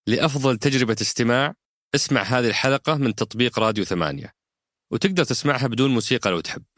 لأفضل تجربة استماع اسمع هذه الحلقة من تطبيق راديو 8، وتقدر تسمعها بدون موسيقى لو تحب.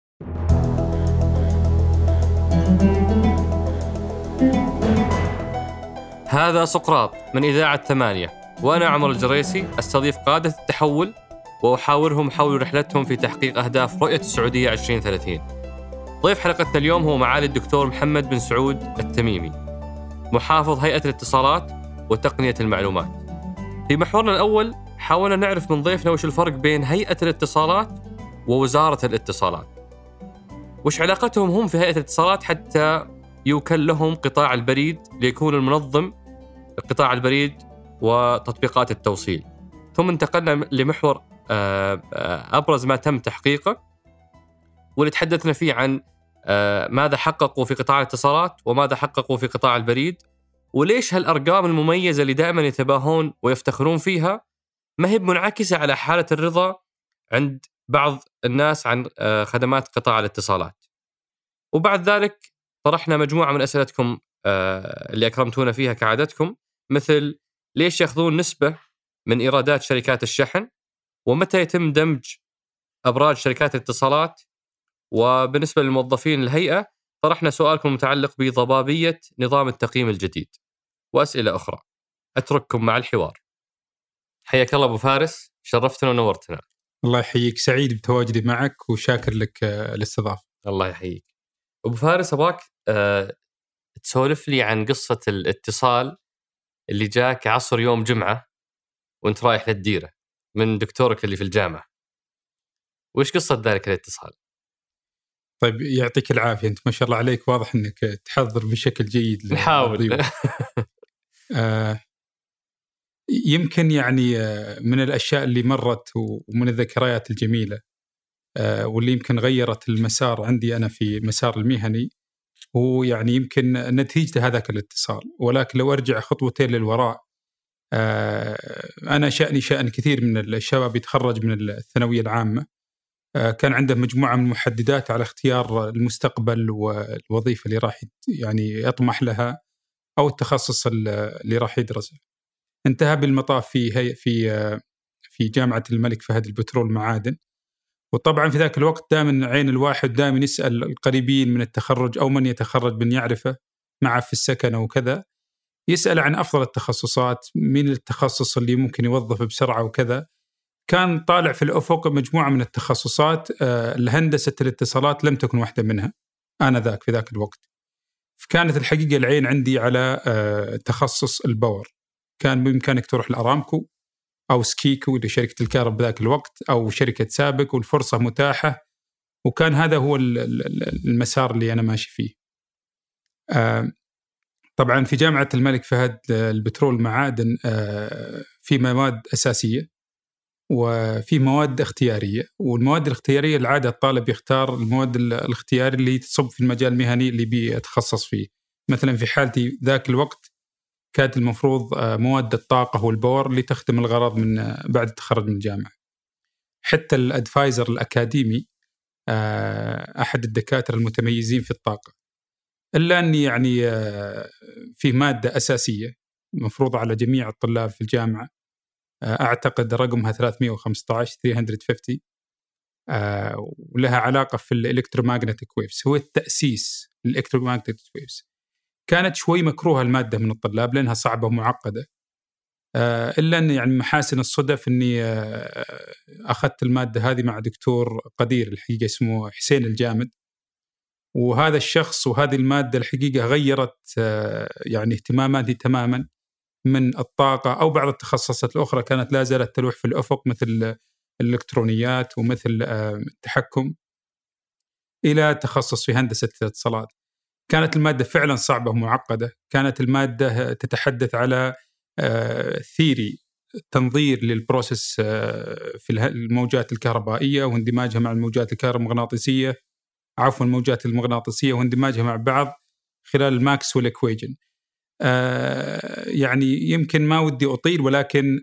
هذا سقراط من إذاعة 8، وأنا عمر الجريسي أستضيف قادة التحول وأحاورهم حول رحلتهم في تحقيق أهداف رؤية السعودية 2030. ضيف حلقتنا اليوم هو معالي الدكتور محمد بن سعود التميمي، محافظ هيئة الاتصالات وتقنية المعلومات. في محورنا الأول حاولنا نعرف من ضيفنا وش الفرق بين هيئة الاتصالات ووزارة الاتصالات، وش علاقتهم هم في هيئة الاتصالات حتى يوكل لهم قطاع البريد ليكون المنظم قطاع البريد وتطبيقات التوصيل. ثم انتقلنا لمحور أبرز ما تم تحقيقه، واللي تحدثنا فيه عن ماذا حققوا في قطاع الاتصالات وماذا حققوا في قطاع البريد، وليش هالأرقام المميزة اللي دائما يتباهون ويفتخرون فيها ما هي منعكسة على حالة الرضا عند بعض الناس عن خدمات قطاع الاتصالات. وبعد ذلك طرحنا مجموعة من أسئلتكم اللي أكرمتونا فيها كعادتكم، مثل ليش يأخذون نسبة من إيرادات شركات الشحن، ومتى يتم دمج أبراج شركات الاتصالات، وبالنسبة للموظفين الهيئة طرحنا سؤالكم المتعلق بضبابية نظام التقييم الجديد وأسئلة أخرى. أترككم مع الحوار. حياك الله أبو فارس، شرفتنا ونورتنا. الله يحييك، سعيد بتواجدي معك وشاكر لك الاستضافة. الله يحييك أبو فارس. أبغاك تسولف لي عن قصة الاتصال اللي جاك عصر يوم جمعة وانت رايح للديرة من دكتورك اللي في الجامعة. وإيش قصة ذلك الاتصال؟ طيب يعطيك العافية، أنت ما شاء الله عليك، واضح أنك تحضر بشكل جيد. نحاول. يمكن يعني من الأشياء اللي مرت ومن الذكريات الجميلة واللي يمكن غيرت المسار عندي أنا في مسار المهني، هو يعني يمكن نتيجة هذاك الاتصال. ولكن لو أرجع خطوتين للوراء، أنا شأن كثير من الشباب يتخرج من الثانوية العامة، كان عنده مجموعة من المحددات على اختيار المستقبل والوظيفة اللي راح يعني يطمح لها أو التخصص اللي راح يدرسه. انتهى بالمطاف في جامعة الملك فهد البترول معادن. وطبعا في ذاك الوقت دائما عين الواحد دائما يسأل القريبين من التخرج أو من يتخرج من يعرفه معه في السكن وكذا، يسأل عن أفضل التخصصات، من التخصص اللي ممكن يوظف بسرعة وكذا. كان طالع في الأفق مجموعة من التخصصات، الهندسة الاتصالات لم تكن واحدة منها في ذاك الوقت. فكانت الحقيقة العين عندي على تخصص الباور. كان بإمكانك تروح لأرامكو أو سكيكو لشركة الكهرباء ذاك الوقت، أو شركة سابق، والفرصة متاحة، وكان هذا هو المسار اللي أنا ماشي فيه. طبعا في جامعة الملك فهد البترول معادن في مواد أساسية وفي مواد اختيارية. والمواد الاختيارية العادة الطالب يختار المواد الاختياري اللي تصب في المجال المهني اللي بيتخصص فيه. مثلا في حالتي ذاك الوقت كانت المفروض مواد الطاقة والباور اللي تخدم الغرض من بعد التخرج من الجامعة. حتى الأدفايزر الأكاديمي أحد الدكاترة المتميزين في الطاقة، إلا أني يعني في مادة أساسية مفروضة على جميع الطلاب في الجامعة، أعتقد رقمها 350 ولها علاقة في الإلكترومagnetic ويفز، هو التأسيس الإلكترومagnetic ويفز. كانت شوي مكروهة المادة من الطلاب لأنها صعبة ومعقدة، إلا أن يعني محاسن الصدف أني أخذت المادة هذه مع دكتور قدير الحقيقة اسمه حسين الجامد. وهذا الشخص وهذه المادة الحقيقة غيرت يعني اهتماماتي تماما من الطاقة أو بعض التخصصات الأخرى كانت لا زالت تلوح في الأفق، مثل الإلكترونيات ومثل التحكم، إلى تخصص في هندسة الاتصالات. كانت المادة فعلا صعبة ومعقدة. كانت المادة تتحدث على ثيري تنظير للبروسيس في الموجات الكهربائية واندماجها مع الموجات الكهرومغناطيسية، الموجات المغناطيسية واندماجها مع بعض خلال الماكسويل إكويجن. يعني يمكن ما ودي أطيل، ولكن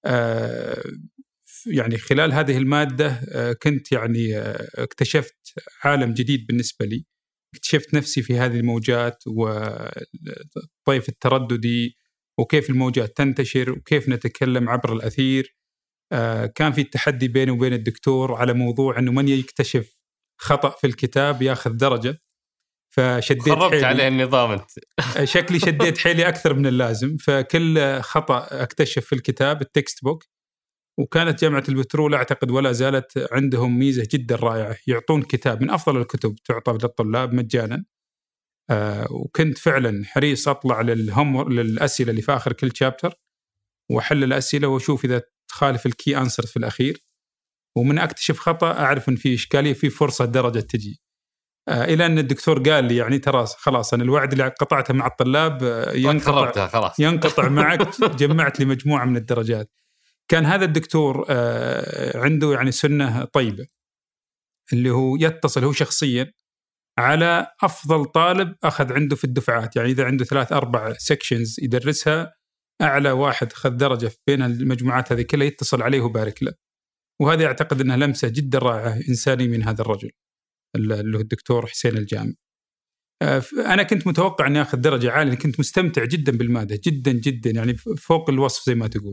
يعني خلال هذه المادة كنت يعني اكتشفت عالم جديد بالنسبة لي. اكتشفت نفسي في هذه الموجات والطيف الترددي وكيف الموجات تنتشر وكيف نتكلم عبر الأثير. كان في تحدي بيني وبين الدكتور على موضوع أنه من يكتشف خطأ في الكتاب ياخذ درجة. فشديت خربت حيلي عليه النظام أنت. شكلي شديت حيلي أكثر من اللازم. فكل خطأ أكتشف في الكتاب التكست بوك. وكانت جامعة البترول أعتقد ولا زالت عندهم ميزة جدا رائعة، يعطون كتاب من أفضل الكتب تعطى للطلاب مجانا. وكنت فعلا حريص أطلع للأسئلة اللي في آخر كل شابتر وأحل الأسئلة وأشوف إذا تخالف الكي أنسر في الأخير، ومن أكتشف خطأ أعرف أن في إشكالية، في فرصة درجة تجي. إلى أن الدكتور قال لي يعني ترى خلاص أنا الوعد اللي قطعته مع الطلاب ينقطع معك. جمعت لي مجموعة من الدرجات. كان هذا الدكتور عنده يعني سنة طيبة، اللي هو يتصل هو شخصيا على أفضل طالب أخذ عنده في الدفعات. يعني إذا عنده 3-4 سيكشنز يدرسها، أعلى واحد أخذ درجة بين المجموعات هذه كلها يتصل عليه وبارك له. وهذا أعتقد أنها لمسة جدا رائعة إنساني من هذا الرجل اللي هو الدكتور حسين الجامي. أنا كنت متوقع أني أخذ درجة عالية، كنت مستمتع جدا بالمادة جدا جدا، يعني فوق الوصف زي ما تقول.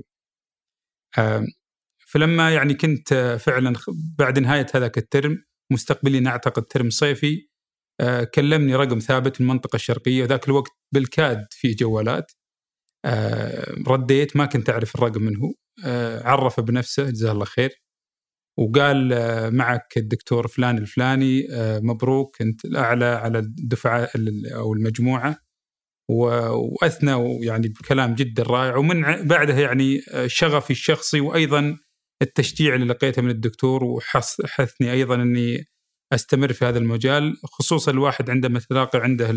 فلما يعني كنت فعلا بعد نهاية هذاك الترم مستقبلي نعتقد ترم صيفي، كلمني رقم ثابت من المنطقة الشرقية، وذاك الوقت بالكاد في جوالات. رديت، ما كنت أعرف الرقم منه. عرف بنفسه جزاه الله خير، وقال معك الدكتور فلان الفلاني، مبروك أنت الأعلى على الدفعة أو المجموعة. وأثنى يعني بكلام جدا رائع. ومن بعدها يعني شغفي الشخصي وأيضا التشجيع اللي لقيته من الدكتور وحثني أيضا أني أستمر في هذا المجال، خصوصا الواحد عندما تلاقي عنده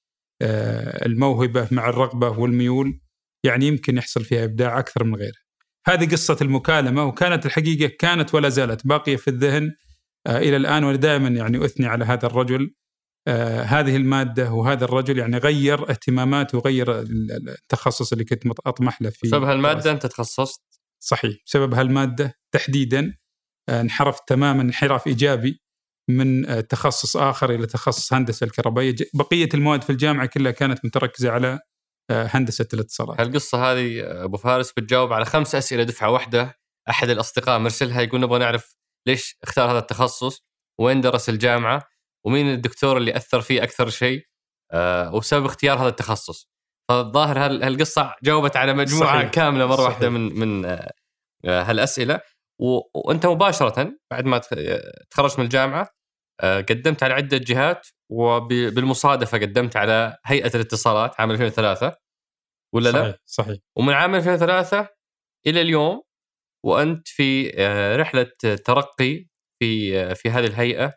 الموهبة مع الرغبة والميول، يعني يمكن يحصل فيها إبداع أكثر من غيره. هذه قصة المكالمة، وكانت الحقيقة كانت ولا زالت باقية في الذهن إلى الآن. وأنا دائما يعني أثني على هذا الرجل. هذه المادة وهذا الرجل يعني غير اهتماماتي وغير التخصص اللي كنت أطمح له فيه. بسبب هالمادة أنت تخصصت؟ صحيح، بسبب هالمادة تحديدا انحرفت تماما انحراف إيجابي من تخصص آخر إلى تخصص هندسة الكهربائية. بقية المواد في الجامعة كلها كانت متركزة على هندسة الاتصالات. هالقصة هذه أبو فارس بتجاوب على 5 أسئلة دفعة واحدة. أحد الأصدقاء مرسلها يقول نبغى نعرف ليش اختار هذا التخصص، وين درس الجامعة، ومين الدكتور اللي أثر فيه أكثر شيء، وسبب اختيار هذا التخصص. فالظاهر هالقصة جاوبت على مجموعة صحيح. كاملة مرة واحدة من هالأسئلة. وأنت مباشرة بعد ما تخرجت من الجامعة قدمت على عدة جهات، وبالمصادفة قدمت على هيئة الاتصالات عام 2003 ولا صحيح. لا؟ صحيح. ومن عام 2003 إلى اليوم وأنت في رحلة ترقي في هذه الهيئة.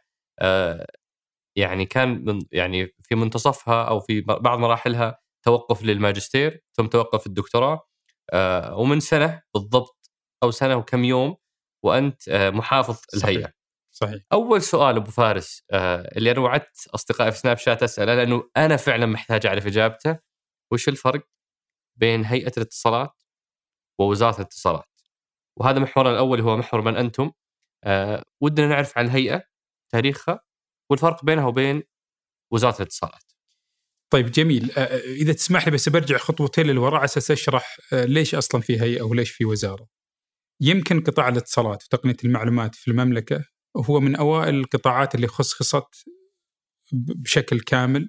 يعني كان يعني في منتصفها أو في بعض مراحلها توقف للماجستير ثم توقف الدكتوراه، ومن سنة بالضبط أو سنة وكم يوم وأنت محافظ الهيئة. صحيح. أول سؤال أبو فارس اللي أنا وعدت أصدقائي في سناب شات أسأله، لأنه أنا فعلا محتاج أعرف إجابته، وش الفرق بين هيئة الاتصالات ووزارة الاتصالات؟ وهذا محورنا الأول، هو محور من أنتم. ودنا نعرف عن الهيئة، تاريخها، والفرق بينها وبين وزارة الاتصالات. طيب جميل. إذا تسمح لي بس برجع خطوتين للوراء أساس أشرح ليش أصلا في هيئة وليش في وزارة. يمكن قطاع الاتصالات وتقنية المعلومات في المملكة هو من أوائل القطاعات اللي خصصت بشكل كامل،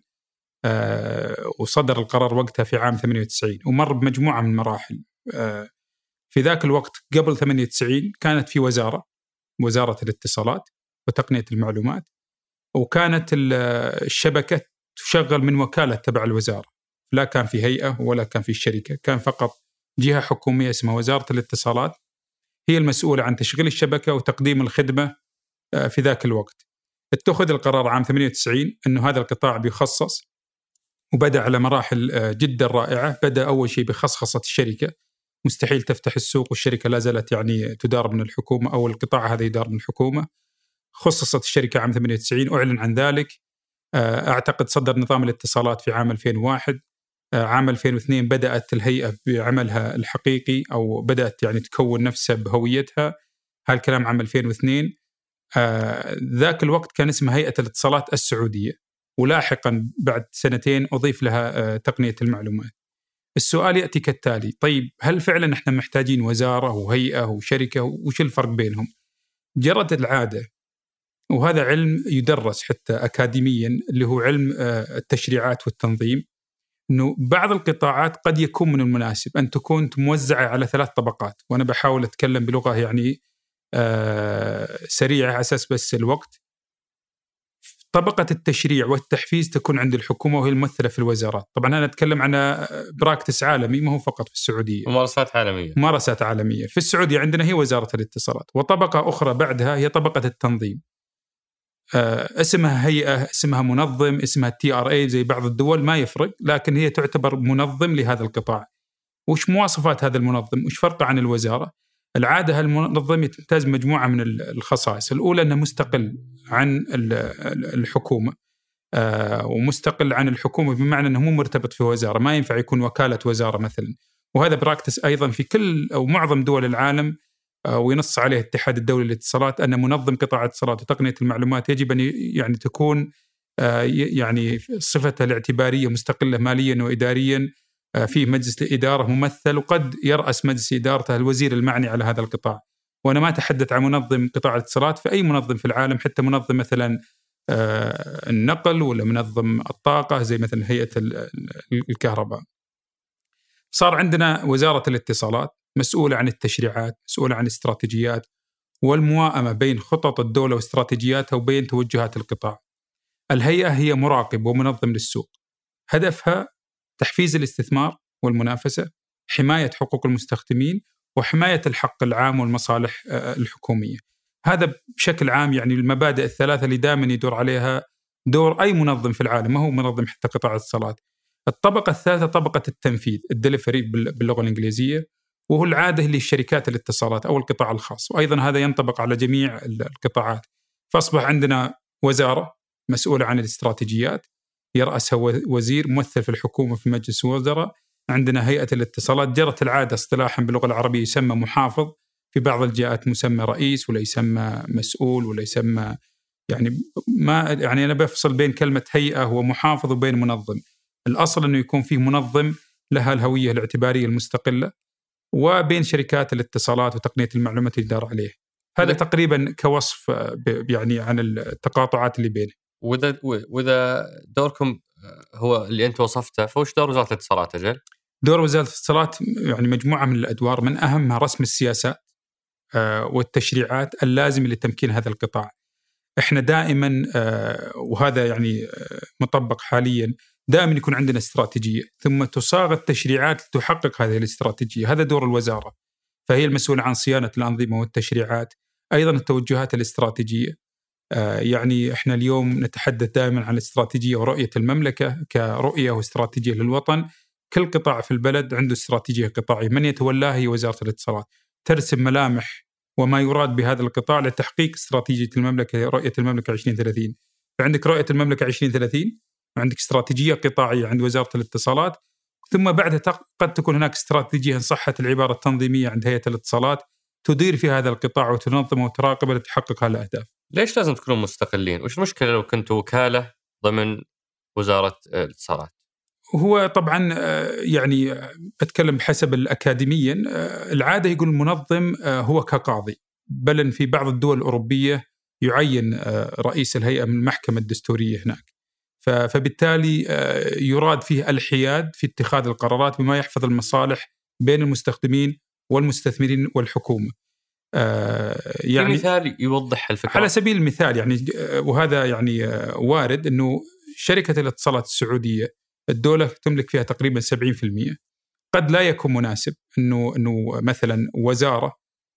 وصدر القرار وقتها في عام 98 ومر بمجموعة من المراحل. في ذاك الوقت قبل 98 كانت في وزارة الاتصالات وتقنية المعلومات، وكانت الشبكة تشغل من وكالة تبع الوزارة، لا كان في هيئة ولا كان في شركة، كان فقط جهة حكومية اسمها وزارة الاتصالات هي المسؤولة عن تشغيل الشبكة وتقديم الخدمة. في ذاك الوقت اتخذ القرار عام 98 أنه هذا القطاع بيخصص، وبدأ على مراحل جدا رائعة. بدأ أول شيء بخصخصة الشركة، مستحيل تفتح السوق والشركة لا زالت يعني تدار من الحكومة أو القطاع هذا يدار من الحكومة. خصصت الشركة عام 98، أعلن عن ذلك. أعتقد صدر نظام الاتصالات في عام 2001. عام 2002 بدأت الهيئة بعملها الحقيقي، أو بدأت يعني تكون نفسها بهويتها. هالكلام عام 2002. ذاك الوقت كان اسمها هيئة الاتصالات السعودية، ولاحقا بعد سنتين أضيف لها تقنية المعلومات. السؤال يأتي كالتالي: طيب هل فعلا احنا محتاجين وزارة وهيئة وشركة؟ وش الفرق بينهم؟ جرت العادة، وهذا علم يدرس حتى أكاديميا اللي هو علم التشريعات والتنظيم، أنه بعض القطاعات قد يكون من المناسب أن تكون موزعة على 3 طبقات، وأنا بحاول أتكلم بلغة يعني سريعة على أساس بس الوقت. طبقة التشريع والتحفيز تكون عند الحكومة وهي الممثلة في الوزارات. طبعا أنا أتكلم عن براكتس عالمي، ما هو فقط في السعودية، ممارسات عالمية. في السعودية عندنا هي وزارة الاتصالات، وطبقة أخرى بعدها هي طبقة التنظيم، اسمها هيئة، اسمها منظم، اسمها TRA زي بعض الدول، ما يفرق، لكن هي تعتبر منظم لهذا القطاع. وش مواصفات هذا المنظم؟ وش فرقه عن الوزارة؟ العادة المنظم يمتاز مجموعة من الخصائص. الأولى أنه مستقل عن الحكومة، ومستقل عن الحكومة بمعنى أنه مو مرتبط في وزارة، ما ينفع يكون وكالة وزارة مثلا. وهذا براكتس أيضا في كل أو معظم دول العالم، وينص عليه الاتحاد الدولي للاتصالات أن منظم قطاع الاتصالات وتقنية المعلومات يجب أن يعني تكون يعني صفتها الاعتبارية مستقلة ماليا وإداريا، فيه مجلس الإدارة ممثل، وقد يرأس مجلس إدارته الوزير المعني على هذا القطاع. وأنا ما أتحدث عن منظم قطاع الاتصالات، في أي منظم في العالم، حتى منظم مثلا النقل ولا منظم الطاقة زي مثلا هيئة الكهرباء. صار عندنا وزارة الاتصالات مسؤولة عن التشريعات، مسؤولة عن الاستراتيجيات والموائمة بين خطط الدولة واستراتيجياتها وبين توجهات القطاع. الهيئة هي مراقب ومنظم للسوق، هدفها تحفيز الاستثمار والمنافسة، حماية حقوق المستخدمين، وحماية الحق العام والمصالح الحكومية. هذا بشكل عام يعني المبادئ الثلاثة اللي دائما يدور عليها دور أي منظم في العالم، ما هو منظم حتى قطاع الاتصالات. الطبقة الثالثة طبقة التنفيذ، الدليفري باللغة الإنجليزية، وهو العادة اللي شركات الاتصالات أو القطاع الخاص، وأيضا هذا ينطبق على جميع القطاعات. فأصبح عندنا وزارة مسؤولة عن الاستراتيجيات، يرأسها وزير ممثل في الحكومة في مجلس الوزراء. عندنا هيئة الاتصالات، جرت العادة اصطلاحا باللغة العربية يسمى محافظ، في بعض الجهات مسمى رئيس ولا يسمى مسؤول ولا يسمى يعني ما يعني أنا بفصل بين كلمة هيئة ومحافظ وبين منظم. الأصل أنه يكون فيه منظم لها الهوية الاعتبارية المستقلة، وبين شركات الاتصالات وتقنية المعلومات اللي دار عليه. هذا تقريبا كوصف يعني عن التقاطعات اللي بينه. وإذا دوركم هو اللي أنت وصفته، فوش دور وزارة الاتصالات أجل؟ دور وزارة الاتصالات يعني مجموعة من الأدوار، من أهمها رسم السياسات والتشريعات اللازمة لتمكين هذا القطاع. إحنا دائما وهذا يعني مطبق حاليا، دائما يكون عندنا استراتيجية ثم تصاغ التشريعات لتحقق هذه الاستراتيجية. هذا دور الوزارة، فهي المسؤولة عن صيانة الأنظمة والتشريعات، أيضا التوجهات الاستراتيجية. يعني إحنا اليوم نتحدث دائما عن الاستراتيجية ورؤية المملكة كرؤية واستراتيجية للوطن. كل قطاع في البلد عنده استراتيجية قطاعية، من يتولاها هي وزارة الاتصالات، ترسم ملامح وما يراد بهذا القطاع لتحقيق استراتيجية المملكة، رؤية المملكة 2030. فعندك رؤية المملكة 2030، وعندك استراتيجية قطاعية عند وزارة الاتصالات، ثم بعدها قد تكون هناك استراتيجية إن صحت العبارة التنظيمية عند هيئة الاتصالات تدير في هذا القطاع وتنظم وتراقب لتحقق هذه الأهداف. ليش لازم تكونوا مستقلين؟ وش المشكلة لو كنتوا وكالة ضمن وزارة الاتصالات؟ هو طبعا يعني أتكلم بحسب الأكاديميا، العادة يقول المنظم هو كقاضي، بل في بعض الدول الأوروبية يعين رئيس الهيئة من المحكمة الدستورية هناك، فبالتالي يراد فيه الحياد في اتخاذ القرارات بما يحفظ المصالح بين المستخدمين والمستثمرين والحكومة. يعني مثال يوضح الفكرة على سبيل المثال، يعني وهذا يعني وارد أنه شركة الاتصالات السعودية الدولة تملك فيها تقريبا 70%. قد لا يكون مناسب أنه مثلا وزارة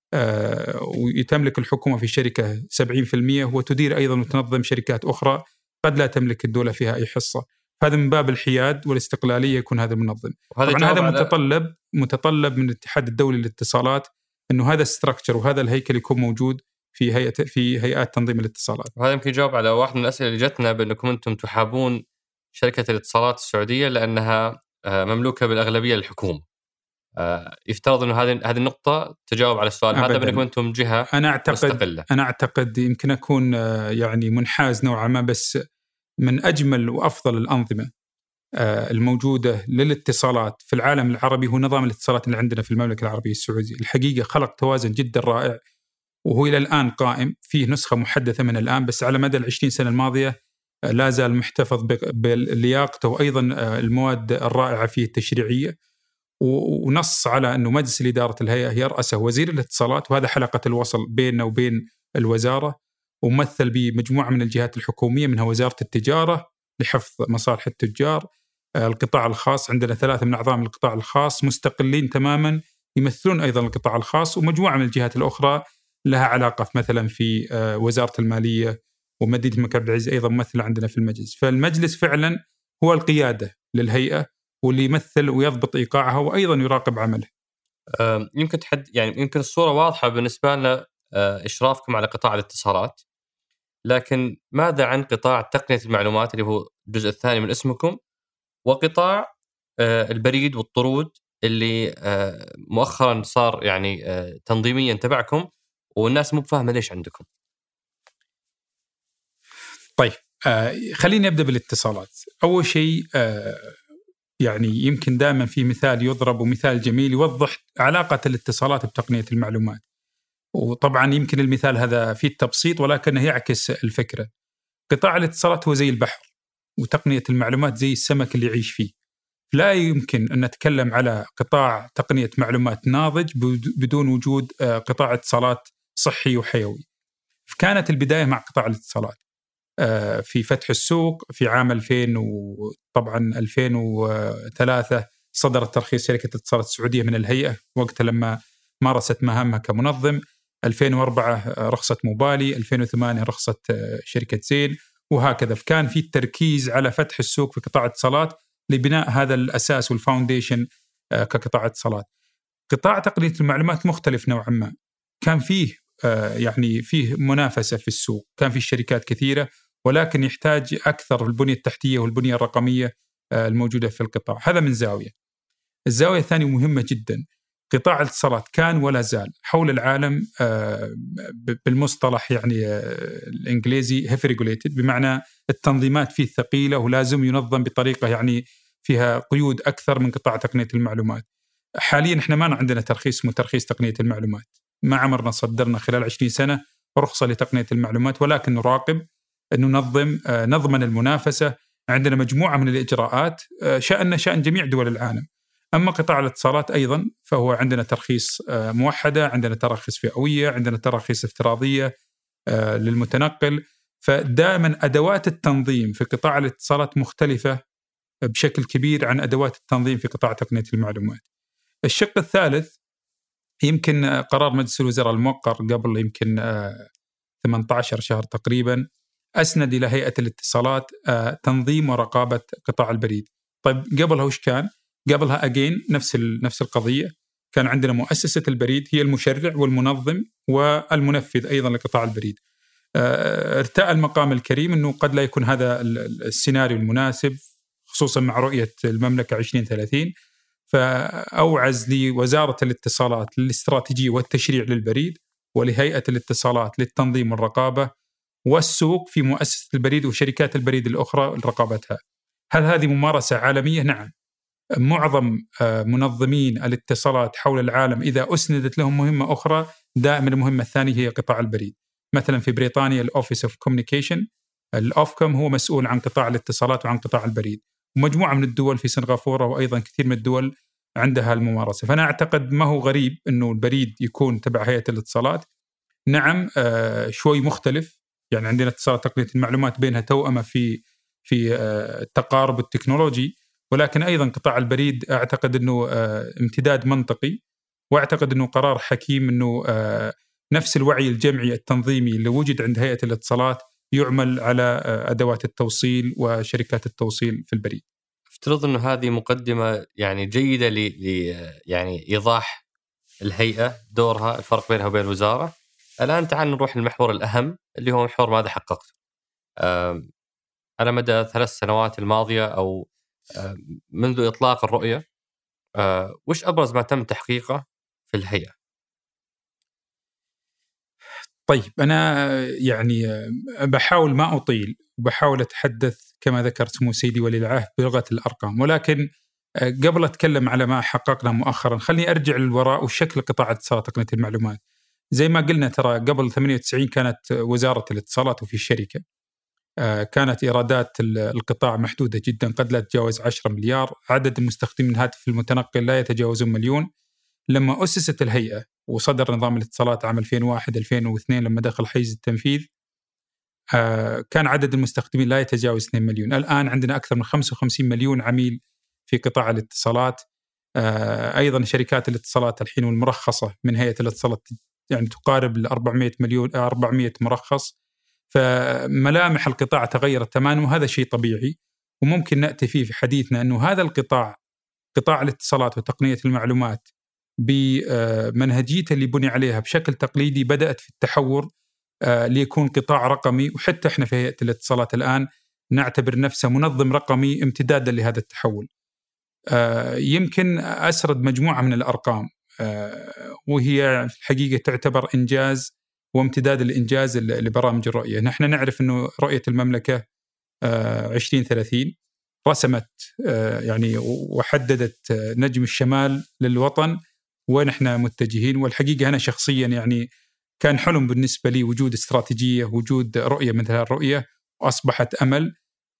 ويتملك الحكومة في شركة 70% وتدير أيضا وتنظم شركات أخرى قد لا تملك الدولة فيها أي حصة. هذا من باب الحياد والاستقلالية يكون هذا المنظم. طبعا هذا متطلب من الاتحاد الدولي للاتصالات أنه هذا الستركتشر وهذا الهيكل يكون موجود في هيئات تنظيم الاتصالات. وهذا يمكن يجاوب على واحد من الأسئلة اللي جتنا، بأنكم أنتم تحابون شركة الاتصالات السعودية لأنها مملوكة بالأغلبية للحكومة. يفترض أنه هذه النقطة تجاوب على السؤال هذا، بأنكم أنتم جهة مستقلة. أنا أعتقد يمكن أكون يعني منحاز نوعا ما، بس من أجمل وأفضل الأنظمة الموجودة للاتصالات في العالم العربي هو نظام الاتصالات اللي عندنا في المملكة العربية السعودية. الحقيقة خلق توازن جدا رائع، وهو إلى الآن قائم، فيه نسخة محدثة من الآن، بس على مدى 20 سنة الماضية لا زال محتفظ بلياقته، وأيضا المواد الرائعة فيه التشريعية. ونص على أنه مجلس الإدارة الهيئة يرأسه وزير الاتصالات، وهذا حلقة الوصل بيننا وبين الوزارة، وممثل بمجموعة من الجهات الحكومية، منها وزارة التجارة لحفظ مصالح التجار، القطاع الخاص، عندنا 3 من أعضاء من القطاع الخاص مستقلين تماما يمثلون أيضا القطاع الخاص، ومجموعة من الجهات الأخرى لها علاقة مثلا في وزارة المالية، ومدينة الملك عبد العزيز أيضا ممثلة عندنا في المجلس. فالمجلس فعلا هو القيادة للهيئة، واللي يمثل ويضبط إيقاعها وأيضا يراقب عمله. يمكن يمكن الصورة واضحة بالنسبة لنا، إشرافكم على قطاع الاتصالات، لكن ماذا عن قطاع تقنية المعلومات اللي هو الجزء الثاني من اسمكم، وقطاع البريد والطرود اللي مؤخرا صار يعني تنظيميا تبعكم، والناس مو بفاهمة ليش عندكم؟ طيب، خليني أبدأ بالاتصالات. أول شيء يعني يمكن دائما في مثال يضرب، ومثال جميل يوضح علاقة الاتصالات بتقنية المعلومات، وطبعا يمكن المثال هذا فيه التبسيط ولكنه يعكس الفكرة. قطاع الاتصالات هو زي البحر، وتقنية المعلومات زي السمك اللي يعيش فيه. لا يمكن أن نتكلم على قطاع تقنية معلومات ناضج بدون وجود قطاع اتصالات صحي وحيوي. كانت البداية مع قطاع الاتصالات في فتح السوق في عام 2000، وطبعا 2003 صدر ترخيص شركة الاتصالات السعودية من الهيئة وقتها لما مارست مهامها كمنظم. 2004 رخصة موبالي، 2008 رخصة شركة زين، وهكذا. فكان في التركيز على فتح السوق في قطاع الاتصالات لبناء هذا الأساس والفاونديشن كقطاع اتصالات. قطاع تقنية المعلومات مختلف نوعا ما، كان فيه يعني فيه منافسة في السوق، كان فيه شركات كثيرة، ولكن يحتاج أكثر البنية التحتية والبنية الرقمية الموجودة في القطاع. هذا من زاوية. الزاوية الثانية مهمة جدا، قطاع الاتصالات كان ولا زال حول العالم بالمصطلح يعني الإنجليزي heavy regulated، بمعنى التنظيمات فيه ثقيلة ولازم ينظم بطريقة يعني فيها قيود أكثر من قطاع تقنية المعلومات. حاليا احنا ما عندنا ترخيص اسمه ترخيص تقنية المعلومات، ما عمرنا صدرنا خلال 20 سنة رخصة لتقنية المعلومات، ولكن نراقب أن نضمن المنافسة. عندنا مجموعة من الإجراءات شأننا شأن جميع دول العالم. أما قطاع الاتصالات أيضا فهو عندنا ترخيص موحدة، عندنا تراخيص فئوية، عندنا تراخيص افتراضية للمتنقل. فدائما أدوات التنظيم في قطاع الاتصالات مختلفة بشكل كبير عن أدوات التنظيم في قطاع تقنية المعلومات. الشق الثالث يمكن قرار مجلس الوزراء الموقر قبل يمكن 18 شهر تقريبا أسند إلى هيئة الاتصالات تنظيم ورقابة قطاع البريد. طيب قبلها وش كان؟ قبلها أجين نفس القضية، كان عندنا مؤسسة البريد هي المشرع والمنظم والمنفذ أيضا لقطاع البريد. ارتأى المقام الكريم أنه قد لا يكون هذا السيناريو المناسب، خصوصا مع رؤية المملكة 2030، فأوعز لوزارة الاتصالات للاستراتيجية والتشريع للبريد، ولهيئة الاتصالات للتنظيم والرقابة، والسوق في مؤسسة البريد وشركات البريد الأخرى لرقابتها. هل هذه ممارسة عالمية؟ نعم. معظم منظمين الاتصالات حول العالم إذا أسندت لهم مهمة أخرى دائما المهمة الثانية هي قطاع البريد. مثلا في بريطانيا الأوفيس أوف كوميونيكيشن، الأوفكوم، هو مسؤول عن قطاع الاتصالات وعن قطاع البريد. ومجموعة من الدول في سنغافورة وأيضا كثير من الدول عندها الممارسة. فأنا أعتقد ما هو غريب أنه البريد يكون تبع هيئة الاتصالات. نعم شوي مختلف، يعني عندنا اتصالات تقنية المعلومات بينها توأمة في التقارب التكنولوجي، ولكن أيضا قطاع البريد أعتقد أنه امتداد منطقي، وأعتقد أنه قرار حكيم أنه نفس الوعي الجمعي التنظيمي اللي وجد عند هيئة الاتصالات يعمل على أدوات التوصيل وشركات التوصيل في البريد. افترض أنه هذه مقدمة يعني جيدة يعني إيضاح الهيئة دورها، الفرق بينها وبين الوزارة. الآن تعال نروح للمحور الأهم اللي هو محور ماذا حققت على مدى 3 سنوات الماضية أو منذ إطلاق الرؤية. وش أبرز ما تم تحقيقه في الهيئة؟ طيب أنا يعني بحاول ما أطيل وبحاول أتحدث كما ذكر سمو سيدي ولي العهد بلغة الأرقام، ولكن قبل أتكلم على ما حققنا مؤخرا خليني أرجع للوراء وشكل قطاع اتصالات تقنية المعلومات. زي ما قلنا ترى قبل 98 كانت وزارة الاتصالات وفي الشركة، كانت إيرادات القطاع محدودة جدا قد لا تتجاوز 10 مليار، عدد المستخدمين الهاتف المتنقل لا يتجاوزون مليون. لما أسست الهيئة وصدر نظام الاتصالات عام 2001-2002 لما دخل حيز التنفيذ، كان عدد المستخدمين لا يتجاوز 2 مليون. الآن عندنا أكثر من 55 مليون عميل في قطاع الاتصالات. أيضا شركات الاتصالات الحين والمرخصة من هيئة الاتصالات يعني تقارب ال 400 مرخص. فملامح القطاع تغيرت تماما، وهذا شيء طبيعي وممكن نأتي فيه في حديثنا أنه هذا القطاع، قطاع الاتصالات وتقنية المعلومات بمنهجيته اللي بني عليها بشكل تقليدي، بدأت في التحور ليكون قطاع رقمي. وحتى احنا في هيئة الاتصالات الآن نعتبر نفسه منظم رقمي امتدادا لهذا التحول. يمكن أسرد مجموعة من الأرقام وهي في الحقيقة تعتبر إنجاز وامتداد الإنجاز لبرامج الرؤية. نحن نعرف أنه رؤية المملكة 2030 رسمت يعني وحددت نجم الشمال للوطن وين احنا متجهين. والحقيقة أنا شخصيا يعني كان حلم بالنسبة لي وجود استراتيجية، وجود رؤية مثل الرؤية، وأصبحت أمل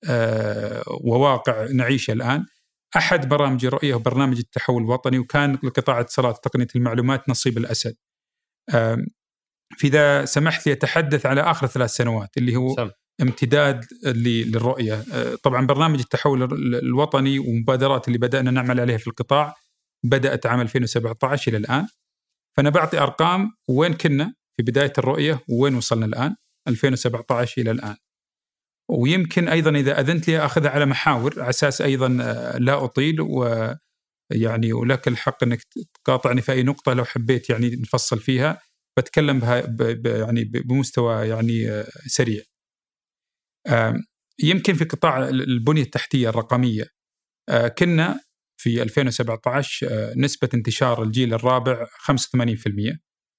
وواقع نعيشه الآن. أحد برامج الرؤية وبرنامج التحول الوطني، وكان لقطاع الاتصالات وتقنية المعلومات نصيب الأسد. في ذا سمحت لي أتحدث على آخر 3 سنوات اللي هو امتداد للرؤية. طبعا برنامج التحول الوطني ومبادرات اللي بدأنا نعمل عليها في القطاع بدأت عام 2017 إلى الآن. فأنا بعطي أرقام وين كنا في بداية الرؤية وين وصلنا الآن 2017 إلى الآن. ويمكن أيضا إذا أذنت لي أخذها على محاور على أساس أيضا لا أطيل، ويعني ولك الحق أنك تقاطعني في أي نقطة لو حبيت يعني نفصل فيها، بتكلم بها يعني بمستوى يعني سريع. يمكن في قطاع البنية التحتية الرقمية كنا في 2017 نسبة انتشار الجيل الرابع 85%.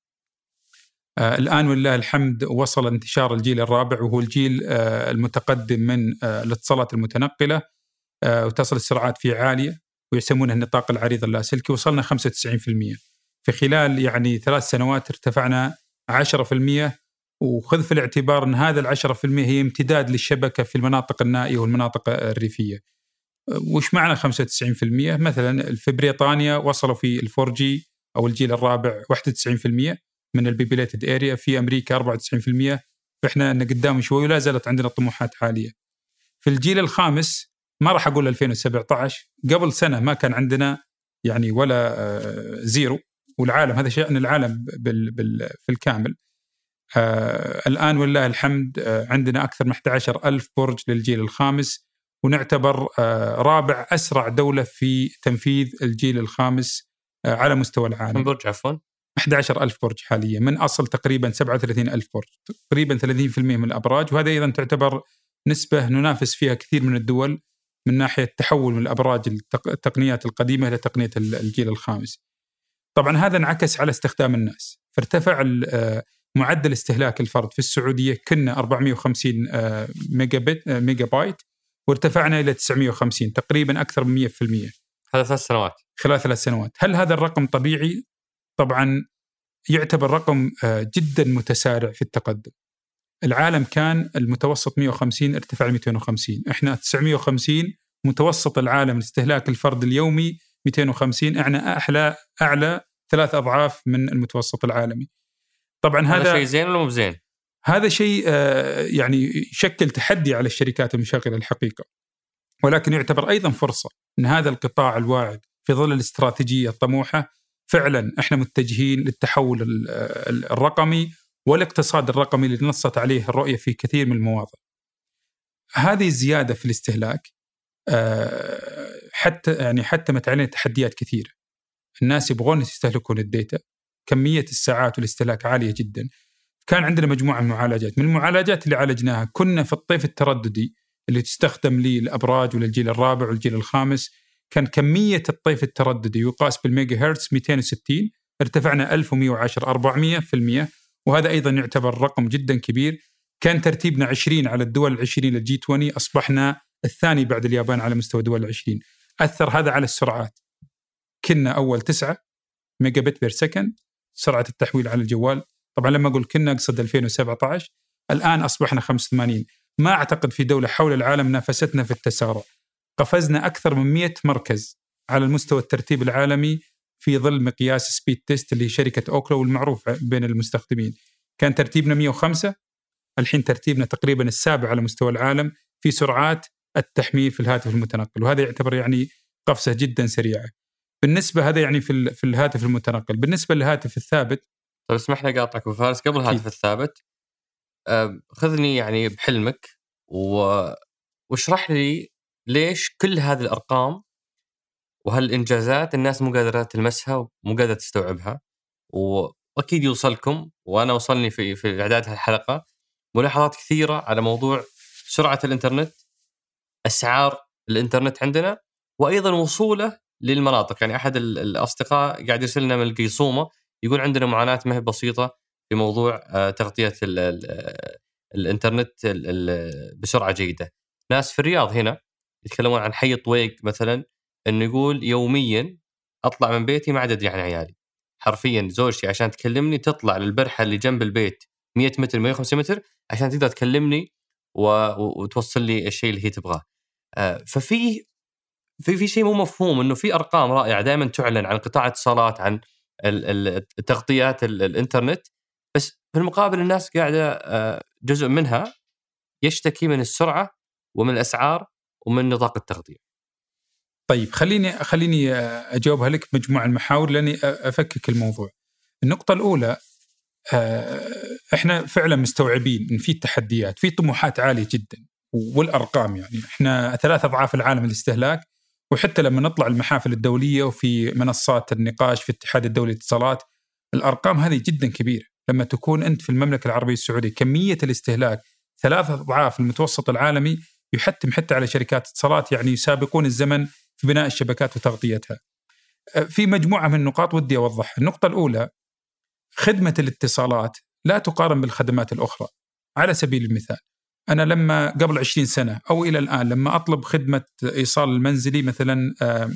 الآن ولله الحمد وصل انتشار الجيل الرابع، وهو الجيل المتقدم من الاتصالات المتنقلة، وتصل السرعات فيه عالية ويسمونه النطاق العريض اللاسلكي. وصلنا 95%. في خلال يعني 3 سنوات ارتفعنا 10%. وخذ في الاعتبار أن هذا 10% هي امتداد للشبكة في المناطق النائية والمناطق الريفية. وش معنى 95%؟ مثلا في بريطانيا وصلوا في ال4G أو الجيل الرابع 91% من البيبيليتد اريا، في أمريكا 94%. فإحنا قدام شوي ولا زالت عندنا طموحات عالية. في الجيل الخامس ما راح أقول 2017، قبل سنة ما كان عندنا يعني ولا زيرو، والعالم هذا شأن العالم في الكامل. الآن والله الحمد عندنا أكثر من 11,000 برج للجيل الخامس، ونعتبر رابع أسرع دولة في تنفيذ الجيل الخامس على مستوى العالم. كم برج عفوا؟ 11,000 برج حاليا من أصل تقريبا 37,000 برج، تقريبا 30% من الأبراج. وهذا أيضا تعتبر نسبة ننافس فيها كثير من الدول من ناحية التحول من الأبراج التقنيات القديمة إلى تقنية الجيل الخامس. طبعا هذا انعكس على استخدام الناس، فارتفع معدل استهلاك الفرد في السعودية كنا 450 ميجا بايت، وارتفعنا إلى 950، تقريبا أكثر من 100%. هذا 3 سنوات، خلال 3 سنوات. هل هذا الرقم طبيعي؟ طبعا يعتبر رقم جدا متسارع في التقدم. العالم كان المتوسط 150، ارتفع ل 250، احنا 950. متوسط العالم الاستهلاك الفرد اليومي 250، احنا أعلى 3 أضعاف من المتوسط العالمي. طبعا هذا شيء زين ولا مو زين؟ هذا شيء يعني يشكل تحدي على الشركات المشغلة الحقيقة، ولكن يعتبر أيضا فرصة أن هذا القطاع الواعد في ظل الاستراتيجية الطموحة فعلا احنا متجهين للتحول الرقمي والاقتصاد الرقمي اللي نصت عليه الرؤية في كثير من المواضع. هذه الزيادة في الاستهلاك حتى مت علينا تحديات كثيرة. الناس يبغون يستهلكون الداتا، كمية الساعات والاستهلاك عالية جدا. كان عندنا مجموعة من المعالجات اللي عالجناها. كنا في الطيف الترددي اللي تستخدم للأبراج وللجيل الرابع والجيل الخامس، كان كمية الطيف الترددي يقاس بالميجا هرتز 260، ارتفعنا 1110 400%، وهذا أيضا يعتبر رقم جدا كبير. كان ترتيبنا 20 على الدول 20 للجي 20، أصبحنا الثاني بعد اليابان على مستوى دول 20. أثر هذا على السرعات، كنا أول 9 ميجا بت بير سكند سرعة التحويل على الجوال. طبعا لما أقول كنا أقصد 2017، الآن أصبحنا 85. ما أعتقد في دولة حول العالم نافستنا في التسارع. قفزنا أكثر من 100 مركز على المستوى الترتيب العالمي في ظل مقياس سبيد تيست اللي شركة أوكلا والمعروف بين المستخدمين. كان ترتيبنا 105، الحين ترتيبنا تقريبا السابع على مستوى العالم في سرعات التحميل في الهاتف المتنقل، وهذا يعتبر يعني قفزة جدا سريعة. بالنسبة هذا يعني في الهاتف المتنقل. بالنسبة للهاتف الثابت، طيب اسمح لي قاطعك وفارس قبل الهاتف الثابت، خذني يعني بحلمك واشرح لي ليش كل هذه الأرقام وهالإنجازات الناس مو قادرة تلمسها ومو قادرة تستوعبها. وأكيد يوصلكم، وأنا وصلني في إعداد هالحلقة ملاحظات كثيرة على موضوع سرعة الإنترنت، أسعار الإنترنت عندنا، وأيضا وصوله للمناطق. يعني أحد الأصدقاء قاعد يرسلنا من القيصومة يقول عندنا معاناة ما هي بسيطة في موضوع تغطية الإنترنت بسرعة جيدة. ناس في الرياض هنا يتكلمون عن حي طويق مثلا، إنه يقول يوميا أطلع من بيتي ما عدد يعني عيالي، حرفيا زوجتي عشان تكلمني تطلع للبرحة اللي جنب البيت 100 متر 150 متر عشان تقدر تكلمني وتوصل لي الشيء اللي هي تبغاه. ففي شيء مو مفهوم، إنه في أرقام رائعة دائما تعلن عن قطاع اتصالات، عن التغطيات الإنترنت، بس في المقابل الناس قاعدة جزء منها يشتكي من السرعة ومن الأسعار ومن نطاق التغطية. طيب خليني أجاوبها لك بمجموعة المحاور لأني أفكك الموضوع. النقطة الأولى، إحنا فعلا مستوعبين إن في تحديات، في طموحات عالية جدا، والأرقام يعني إحنا 3 أضعاف العالم الاستهلاك. وحتى لما نطلع المحافل الدولية وفي منصات النقاش في الاتحاد الدولي للاتصالات، الأرقام هذه جدا كبيرة. لما تكون أنت في المملكة العربية السعودية كمية الاستهلاك 3 أضعاف المتوسط العالمي، يحتم حتى على شركات اتصالات يعني يسابقون الزمن في بناء الشبكات وتغطيتها. في مجموعة من النقاط ودي أوضحها. النقطة الأولى، خدمة الاتصالات لا تقارن بالخدمات الأخرى. على سبيل المثال، أنا لما قبل 20 سنة أو إلى الآن لما أطلب خدمة إيصال المنزلي مثلا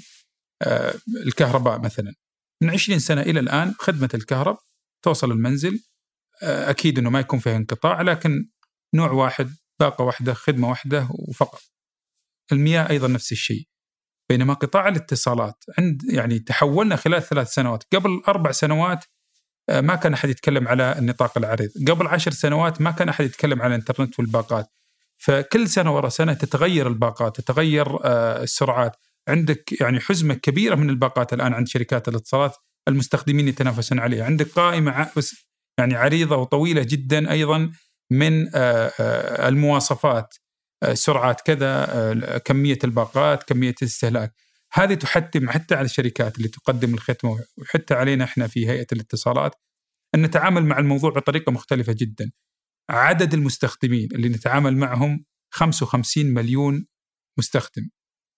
الكهرباء مثلا، من 20 سنة إلى الآن خدمة الكهرباء توصل المنزل، أكيد أنه ما يكون فيها انقطاع، لكن نوع واحد، باقة واحدة، خدمة واحدة وفقط. المياه أيضا نفس الشيء. بينما قطاع الاتصالات يعني تحولنا خلال 3 سنوات. قبل 4 سنوات ما كان أحد يتكلم على النطاق العريض، قبل 10 سنوات ما كان أحد يتكلم على الإنترنت والباقات. فكل سنة وراء سنة تتغير الباقات، تتغير السرعات. عندك يعني حزمة كبيرة من الباقات الآن عند شركات الاتصالات، المستخدمين يتنافسون عليها. عندك قائمة يعني عريضة وطويلة جدا أيضا من المواصفات، سرعات كذا، كمية الباقات، كمية الاستهلاك. هذه تحتم حتى على الشركات اللي تقدم الخدمة وحتى علينا احنا في هيئة الاتصالات أن نتعامل مع الموضوع بطريقة مختلفة جدا. عدد المستخدمين اللي نتعامل معهم 55 مليون مستخدم،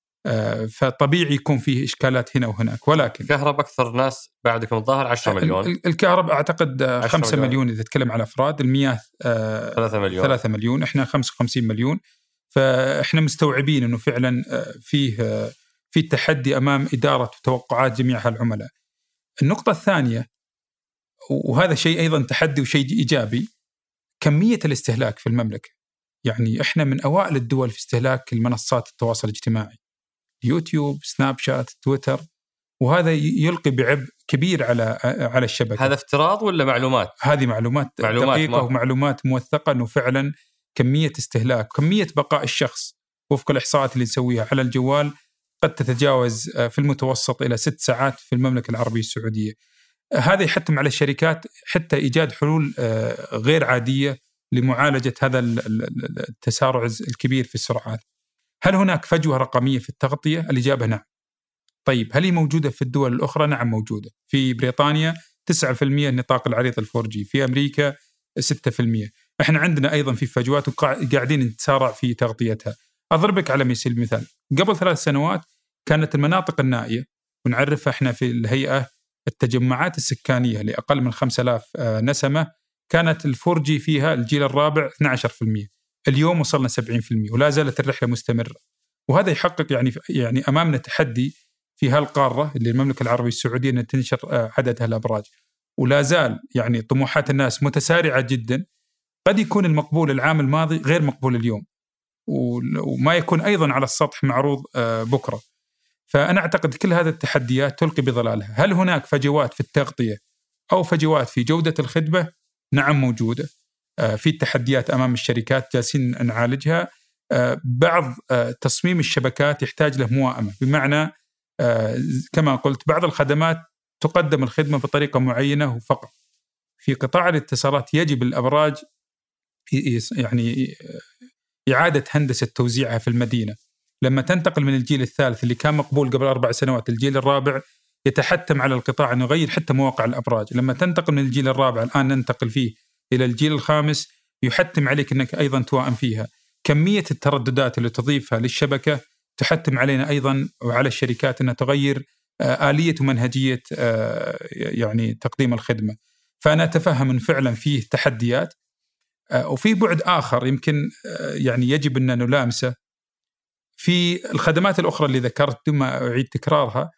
فطبيعي يكون فيه إشكالات هنا وهناك. ولكن الكهرباء أكثر ناس بعدكم الظاهر 10 مليون. الكهرباء أعتقد 5 مليون إذا تتكلم على أفراد. المياه 3 مليون، إحنا 55 مليون. فإحنا مستوعبين أنه فعلا في تحدي أمام إدارة وتوقعات جميع هالعملاء. النقطة الثانية، وهذا شيء أيضا تحدي وشيء إيجابي، كمية الاستهلاك في المملكة. يعني إحنا من أوائل الدول في استهلاك المنصات التواصل الاجتماعي، يوتيوب، سناب شات، تويتر، وهذا يلقي بعبء كبير على الشبكة. هذا افتراض ولا معلومات؟ هذه معلومات دقيقة ومعلومات موثقة، أنه فعلا كمية استهلاك، كمية بقاء الشخص وفق الإحصاءات اللي نسويها على الجوال قد تتجاوز في المتوسط إلى 6 ساعات في المملكة العربية السعودية. هذا يحتم على الشركات حتى إيجاد حلول غير عادية لمعالجة هذا التسارع الكبير في السرعات. هل هناك فجوة رقمية في التغطية؟ الإجابة نعم. طيب هل هي موجودة في الدول الأخرى؟ نعم موجودة. في بريطانيا 9% النطاق العريض 4G، في أمريكا 6%. إحنا عندنا أيضا في فجوات وقاعدين نتسارع في تغطيتها. أضربك على مثال المثال، قبل 3 سنوات كانت المناطق النائية، ونعرفها إحنا في الهيئة التجمعات السكانية لأقل من 5000 نسمة، كانت الفورجي فيها الجيل الرابع 12%، اليوم وصلنا 70%، ولا زالت الرحلة مستمرة. وهذا يحقق يعني أمامنا تحدي في هالقارة اللي المملكة العربية السعودية أن تنشر عدد هالأبراج، ولا زال يعني طموحات الناس متسارعة جدا. قد يكون المقبول العام الماضي غير مقبول اليوم، وما يكون أيضا على السطح معروض بكرة. فأنا أعتقد كل هذه التحديات تلقي بظلالها. هل هناك فجوات في التغطية أو فجوات في جودة الخدمة؟ نعم موجودة. في تحديات أمام الشركات جالسين نعالجها. بعض تصميم الشبكات يحتاج له موائمة، بمعنى كما قلت بعض الخدمات تقدم الخدمة بطريقة معينة فقط. في قطاع الاتصالات يجب الأبراج يعني إعادة هندسة توزيعها في المدينة. لما تنتقل من الجيل الثالث اللي كان مقبول قبل 4 سنوات الجيل الرابع، يتحتم على القطاع أن يغير حتى مواقع الأبراج. لما تنتقل من الجيل الرابع الآن ننتقل فيه إلى الجيل الخامس، يحتم عليك أنك أيضا توائم فيها. كمية الترددات اللي تضيفها للشبكة تحتم علينا أيضا وعلى الشركات أنها تغير آلية ومنهجية يعني تقديم الخدمة. فأنا أتفهم أن فعلا فيه تحديات. وفي بعد آخر يمكن يعني يجب أن نلامسه في الخدمات الأخرى اللي ذكرت دون ما أعيد تكرارها.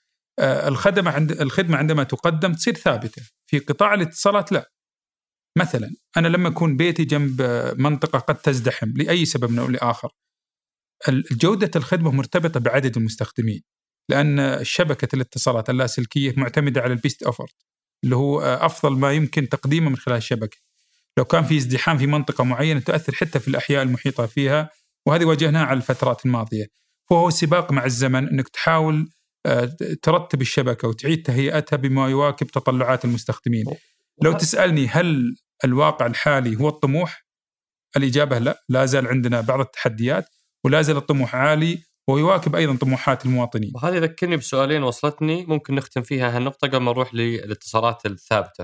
الخدمة عندما تقدم تصير ثابتة. في قطاع الاتصالات لا. مثلا أنا لما أكون بيتي جنب منطقة قد تزدحم لأي سبب من الآخر، جودة الخدمة مرتبطة بعدد المستخدمين، لأن شبكة الاتصالات اللاسلكية معتمدة على البيست أوفر اللي هو أفضل ما يمكن تقديمه من خلال الشبكة. لو كان في ازدحام في منطقة معينة تؤثر حتى في الأحياء المحيطة فيها، وهذه واجهناها على الفترات الماضية. فهو سباق مع الزمن أنك تحاول ترتب الشبكة وتعيد تهيئتها بما يواكب تطلعات المستخدمين. لو تسألني هل الواقع الحالي هو الطموح؟ الإجابة لا. لا زال عندنا بعض التحديات، ولا زال الطموح عالي ويواكب أيضا طموحات المواطنين. وهذا يذكرني بسؤالين وصلتني ممكن نختم فيها هالنقطة قبل ما نروح للاتصالات الثابتة.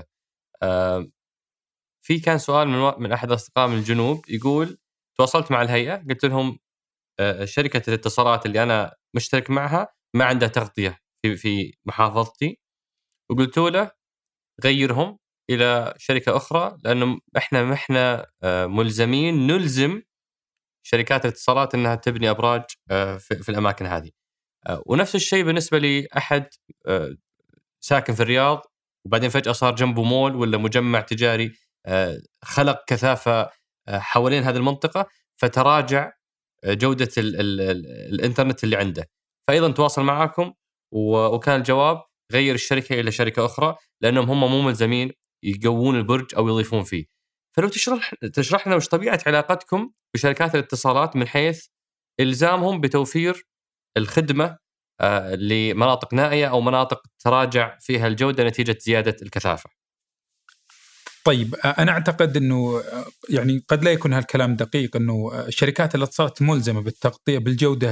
في كان سؤال من أحد أصدقاء من الجنوب يقول تواصلت مع الهيئة، قلت لهم شركة الاتصالات اللي أنا مشترك معها ما عندها تغطية في محافظتي، وقلت له غيرهم إلى شركة أخرى، لأنه إحنا ملزمين نلزم شركات الاتصالات أنها تبني أبراج في الأماكن هذه. ونفس الشيء بالنسبة لي أحد ساكن في الرياض وبعدين فجأة صار جنبه مول ولا مجمع تجاري خلق كثافة حوالين هذه المنطقة، فتراجع جودة الإنترنت اللي عنده. فأيضا تواصل معاكم وكان الجواب غير الشركة إلى شركة أخرى، لأنهم هم مو ملزمين يقوون البرج أو يضيفون فيه. فلو تشرح لنا وش طبيعة علاقتكم بشركات الاتصالات من حيث إلزامهم بتوفير الخدمة لمناطق نائية أو مناطق تراجع فيها الجودة نتيجة زيادة الكثافة. طيب أنا أعتقد أنه يعني قد لا يكون هالكلام دقيق، أنه شركات الاتصالات ملزمة بالتغطية بالجودة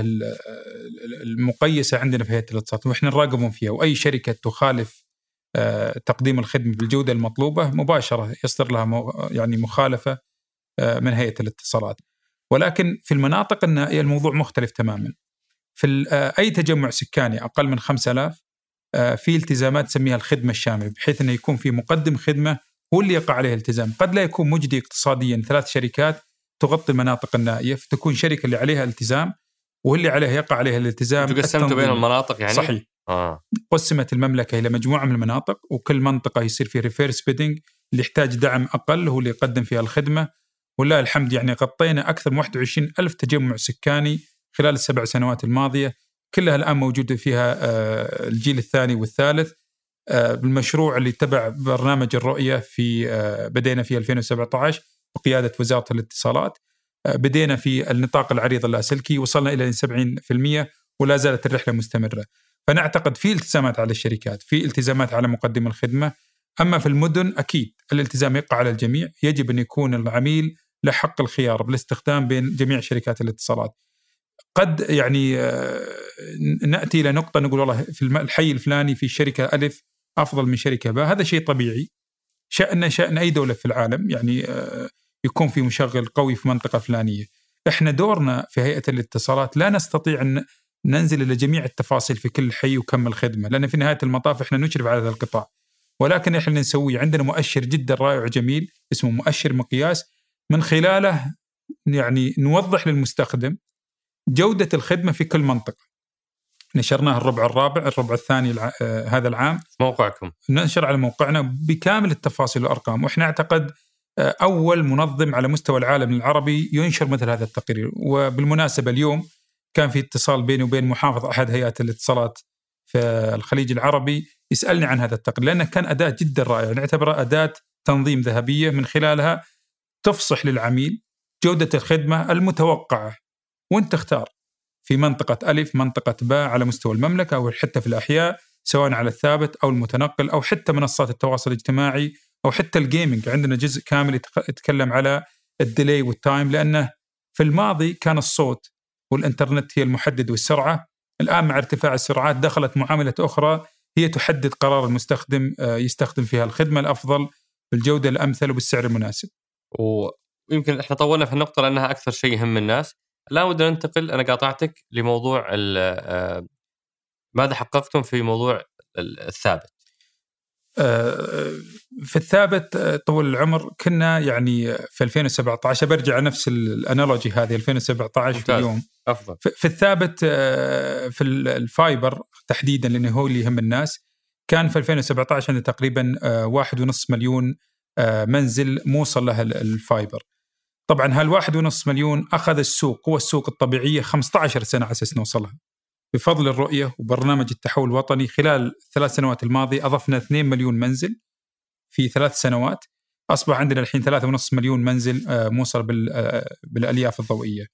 المقيسة عندنا في هيئة الاتصالات، وإحنا نراقبهم فيها. وأي شركة تخالف تقديم الخدمة بالجودة المطلوبة مباشرة يصدر لها يعني مخالفة من هيئة الاتصالات. ولكن في المناطق النائية الموضوع مختلف تماما. في أي تجمع سكاني أقل من 5000 في التزامات تسميها الخدمة الشاملة، بحيث أنه يكون في مقدم خدمة هو اللي يقع عليه التزام. قد لا يكون مجدي اقتصاديا 3 شركات تغطي المناطق النائية، فتكون شركة اللي عليها التزام وهو اللي يقع عليها الالتزام. تقسمتوا بين المناطق يعني؟ صحيح. قسمت المملكة إلى مجموعة من المناطق، وكل منطقة يصير في ريفيرس بيدنج اللي يحتاج دعم أقل هو اللي يقدم فيها الخدمة. والله الحمد يعني غطينا أكثر من 21,000 تجمع سكاني خلال ال7 سنوات الماضية، كلها الآن موجودة فيها الجيل الثاني والثالث. بالمشروع اللي تبع برنامج الرؤية بدينا في 2017 بقيادة وزارة الاتصالات، بدينا في النطاق العريض اللاسلكي، وصلنا إلى 70% ولا زالت الرحلة مستمرة. فنعتقد في التزامات على الشركات، في التزامات على مقدم الخدمة. أما في المدن أكيد الالتزام يقع على الجميع، يجب أن يكون العميل له حق الخيار بالاستخدام بين جميع شركات الاتصالات. قد يعني نأتي إلى نقطة نقول والله في الحي الفلاني في شركة ألف أفضل من شركة باء، هذا شيء طبيعي، شأن أي دولة في العالم يعني يكون في مشغل قوي في منطقة فلانية. إحنا دورنا في هيئة الاتصالات لا نستطيع أن ننزل إلى جميع التفاصيل في كل حي وكم الخدمة، لأن في نهاية المطاف إحنا نشرف على هذا القطاع. ولكن إحنا نسوي عندنا مؤشر جدا رائع وجميل اسمه مؤشر مقياس، من خلاله يعني نوضح للمستخدم جودة الخدمة في كل منطقة. نشرناه الربع الثاني هذا العام، موقعكم ننشر على موقعنا بكامل التفاصيل والأرقام، وإحنا أعتقد أول منظم على مستوى العالم العربي ينشر مثل هذا التقرير. وبالمناسبة اليوم كان في اتصال بيني وبين محافظ أحد هيئات الاتصالات في الخليج العربي يسألني عن هذا التقرير، لأنه كان أداة جدا رائعة، نعتبرها أداة تنظيم ذهبية من خلالها تفصح للعميل جودة الخدمة المتوقعة، وانت تختار في منطقة ألف، منطقة باء، على مستوى المملكة أو حتى في الأحياء، سواء على الثابت أو المتنقل أو حتى منصات التواصل الاجتماعي أو حتى الجيمينج. عندنا جزء كامل يتكلم على الديلي والتايم، لأنه في الماضي كان الصوت والإنترنت هي المحدد والسرعة. الآن مع ارتفاع السرعات دخلت معاملة أخرى هي تحدد قرار المستخدم يستخدم فيها الخدمة الأفضل بالجودة الأمثل وبالسعر المناسب. ويمكن احنا طولنا في النقطة لأنها أكثر شيء يهم الناس. الآن بدنا ننتقل، أنا قاطعتك، لموضوع ماذا حققتم في موضوع الثابت. في الثابت طول العمر كنا يعني في 2017 برجع نفس الانالوجي هذه 2017 في اليوم أفضل. في الثابت في الفايبر تحديدا لأنه هو اللي يهم الناس. كان في 2017 عندنا تقريبا 1.5 مليون منزل موصل له الفايبر. طبعا هال1.5 مليون أخذ السوق، هو السوق الطبيعية 15 سنة على أساس نوصلها. بفضل الرؤية وبرنامج التحول الوطني خلال 3 سنوات الماضية أضفنا 2 مليون منزل في 3 سنوات، أصبح عندنا الحين 3.5 مليون منزل موصل بالألياف الضوئية.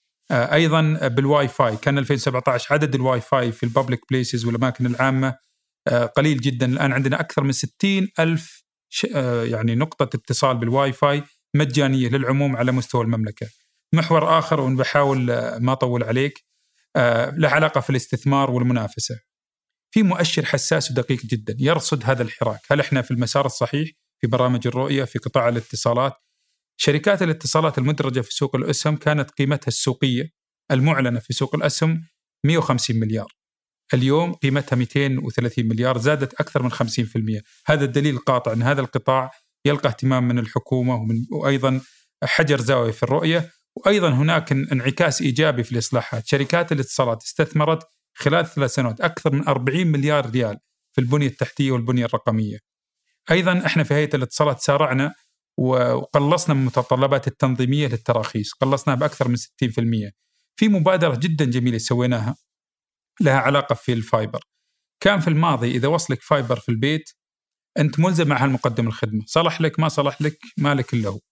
أيضا بالواي فاي كان 2017 عدد الواي فاي في البابليك بليسز والأماكن العامة قليل جدا. الآن عندنا أكثر من 60,000 يعني نقطة اتصال بالواي فاي مجانية للعموم على مستوى المملكة. محور آخر ونبحاول ما أطول عليك له علاقة في الاستثمار والمنافسة. في مؤشر حساس ودقيق جدا يرصد هذا الحراك، هل احنا في المسار الصحيح في برامج الرؤية في قطاع الاتصالات؟ شركات الاتصالات المدرجة في سوق الأسهم كانت قيمتها السوقية المعلنة في سوق الأسهم 150 مليار، اليوم قيمتها 230 مليار، زادت أكثر من 50%. هذا الدليل القاطع أن هذا القطاع يلقى اهتمام من الحكومة وأيضا حجر زاوية في الرؤية. وأيضا هناك انعكاس إيجابي في الإصلاحات. شركات الاتصالات استثمرت خلال 3 سنوات أكثر من 40 مليار ريال في البنية التحتية والبنية الرقمية. أيضا إحنا في هيئة الاتصالات سارعنا وقلصنا من المتطلبات التنظيمية للتراخيص، قلصناها بأكثر من 60%. في مبادرة جدا جميلة سويناها لها علاقة في الفايبر. كان في الماضي إذا وصلك فايبر في البيت أنت ملزم مع المقدم الخدمة، صلح لك ما صلح لك ما لك إلا هو.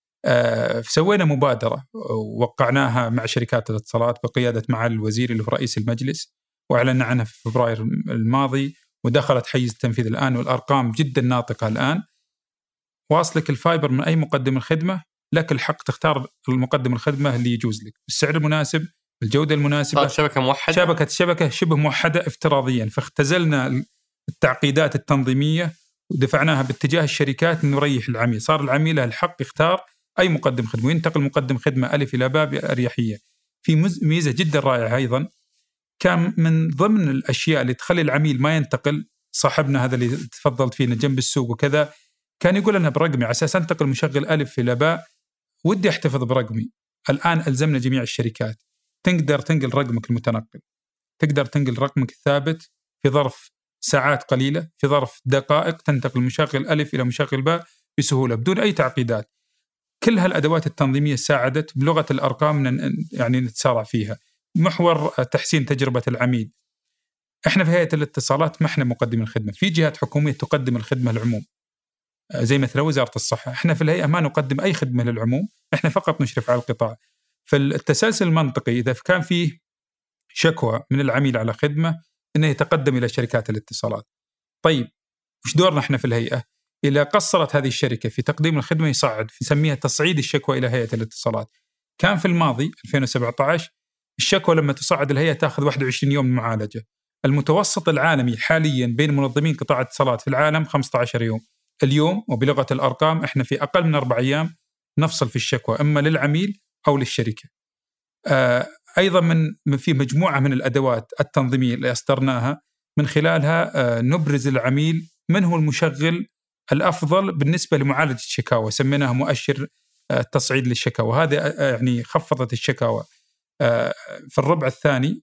سوينا مبادرة ووقعناها مع شركات الاتصالات بقيادة معالي الوزير اللي هو رئيس المجلس، وأعلنا عنها في فبراير الماضي، ودخلت حيز التنفيذ الآن، والأرقام جدا ناطقة الآن. واصلك الفايبر من أي مقدم الخدمة لك الحق تختار المقدم الخدمة اللي يجوز لك بالسعر المناسب بالجودة المناسبة. شبكة موحدة، شبكة شبه موحدة افتراضيا. فاختزلنا التعقيدات التنظيمية ودفعناها باتجاه الشركات أن نريح العميل. صار العميل له الحق يختار أي مقدم خدمة وينتقل مقدم خدمة ألف إلى باء بأريحية. في ميزة جدا رائعة أيضا، كان من ضمن الأشياء اللي تخلي العميل ما ينتقل، صاحبنا هذا اللي تفضلت فينا جنب السوق وكذا كان يقول لنا برقمي على أساس أنتقل مشغل ألف إلى باء ودي أحتفظ برقمي. الآن ألزمنا جميع الشركات تقدر تنقل رقمك المتنقل، تقدر تنقل رقمك الثابت في ظرف ساعات قليلة، في ظرف دقائق تنتقل مشغل ألف إلى مشغل باء بسهولة بدون أي تعقيدات. كل هالأدوات التنظيمية ساعدت بلغة الأرقام يعني نتسارع فيها. محور تحسين تجربة العميل. إحنا في هيئة الاتصالات ما إحنا مقدم الخدمة، في جهات حكومية تقدم الخدمة للعموم زي مثل وزارة الصحة. إحنا في الهيئة ما نقدم أي خدمة للعموم، إحنا فقط نشرف على القطاع. فالتسلسل المنطقي إذا كان فيه شكوى من العميل على خدمة إنه يتقدم إلى شركات الاتصالات. طيب وش دورنا إحنا في الهيئة؟ إذا قصرت هذه الشركة في تقديم الخدمة يصعد، نسميها تصعيد الشكوى إلى هيئة الاتصالات. كان في الماضي 2017 الشكوى لما تصعد الهيئة تأخذ 21 يوم معالجة. المتوسط العالمي حاليا بين منظمين قطاع الاتصالات في العالم 15 يوم. اليوم وبلغة الأرقام إحنا في أقل من 4 أيام نفصل في الشكوى إما للعميل أو للشركة. أيضا من في مجموعة من الأدوات التنظيمية اللي أصدرناها من خلالها نبرز العميل من هو المشغل الأفضل بالنسبة لمعالجة الشكاوى، سميناها مؤشر تصعيد للشكاوى. هذا يعني خفضت الشكاوى في الربع الثاني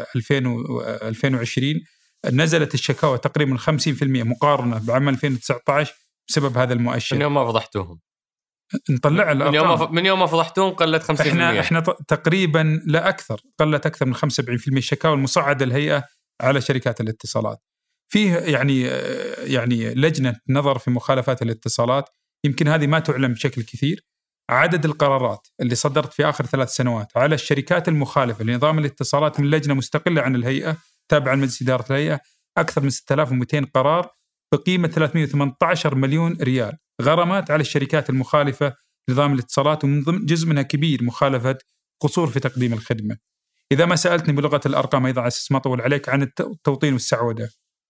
2020 نزلت الشكاوى تقريبا 50% مقارنة بعام 2019 بسبب هذا المؤشر. من يوم ما فضحتوهم نطلع الأرقام. من يوم ما فضحتوهم قلت 50%. احنا تقريبا لا أكثر، قلت أكثر من 75% الشكاوى المصعدة الهيئة على شركات الاتصالات. فيه يعني لجنة نظر في مخالفات الاتصالات، يمكن هذه ما تعلم بشكل كثير. عدد القرارات اللي صدرت في آخر 3 سنوات على الشركات المخالفة لنظام الاتصالات من لجنة مستقلة عن الهيئة تابعة لمجلس إدارة الهيئة أكثر من 6200 قرار بقيمة 318 مليون ريال غرامات على الشركات المخالفة لنظام الاتصالات، ومن ضمن جزء منها كبير مخالفة قصور في تقديم الخدمة. إذا ما سألتني بلغة الأرقام أيضا على أساس ما أطول عليك عن التوطين والسعودة،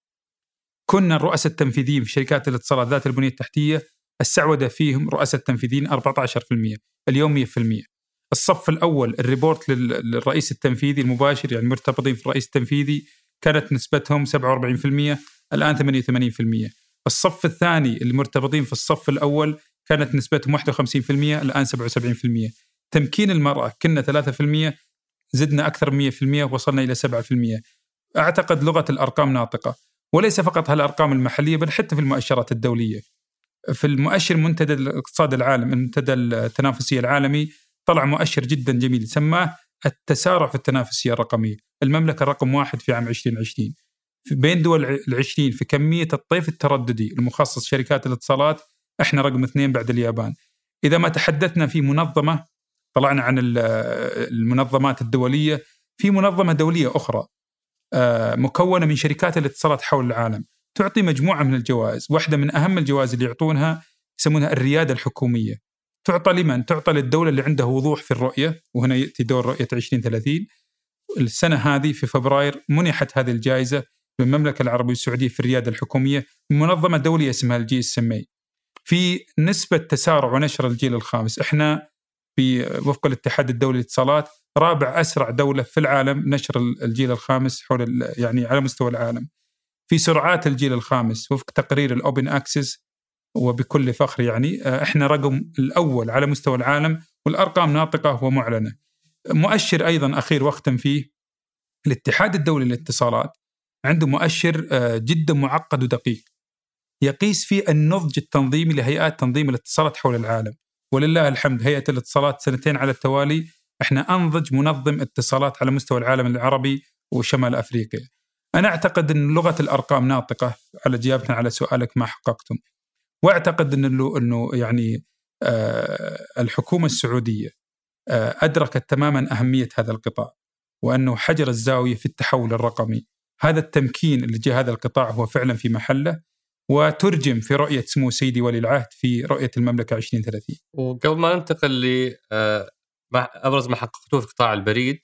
كنا الرؤساء التنفيذيين في شركات الاتصالات ذات البنية التحتية السعودة فيهم رؤساء التنفيذيين 14%، اليوم 100%. الصف الأول الريبورت للرئيس التنفيذي المباشر، يعني مرتبطين في الرئيس التنفيذي، كانت نسبتهم 47%، الآن 88%. الصف الثاني المرتبطين في الصف الأول كانت نسبتهم 51%، الآن 77%. تمكين المرأة كنا 3%، زدنا أكثر من 100%، وصلنا إلى 7%. أعتقد لغة الأرقام ناطقة، وليس فقط هالأرقام المحلية بل حتى في المؤشرات الدولية. في المؤشر منتدى الاقتصاد العالمي، المنتدى التنافسية العالمي، طلع مؤشر جدا جميل سماه التسارع في التنافسية الرقمية. المملكة رقم 1 في عام 2020 بين دول 20 في كمية الطيف الترددي المخصص شركات الاتصالات، احنا رقم 2 بعد اليابان. إذا ما تحدثنا في منظمة، طلعنا عن المنظمات الدولية، في منظمة دولية أخرى مكونة من شركات الاتصالات حول العالم تعطي مجموعة من الجوائز. واحدة من أهم الجوائز اللي يعطونها يسمونها الريادة الحكومية. تعطى لمن؟ تعطى للدولة اللي عندها وضوح في الرؤية، وهنا يأتي دور رؤية 2030. السنة هذه في فبراير منحت هذه الجائزة للمملكة العربية السعودية في الريادة الحكومية من منظمة دولية اسمها الGSMA في نسبة تسارع ونشر الجيل الخامس. احنا وفق الاتحاد الدولي للاتصالات رابع أسرع دولة في العالم نشر الجيل الخامس حول يعني على مستوى العالم. في سرعات الجيل الخامس وفق تقرير الأوبن أكسس، وبكل فخر يعني احنا رقم الأول على مستوى العالم، والأرقام ناطقة ومعلنة. مؤشر أيضا أخير واختم فيه، الاتحاد الدولي للاتصالات عنده مؤشر جدا معقد ودقيق يقيس فيه النضج التنظيمي لهيئات تنظيم الاتصالات حول العالم. ولله الحمد هيئة الاتصالات 2 على التوالي احنا أنضج منظم اتصالات على مستوى العالم العربي وشمال أفريقيا. أنا أعتقد أن لغة الأرقام ناطقة على جوابنا على سؤالك ما حققتم، وأعتقد أنه يعني الحكومة السعودية أدركت تماما أهمية هذا القطاع، وأنه حجر الزاوية في التحول الرقمي. هذا التمكين اللي جاء هذا القطاع هو فعلا في محله، وترجم في رؤية سمو سيدي ولي العهد في رؤية المملكة 2030. وقبل ما ننتقل أبرز ما حققتوه في قطاع البريد،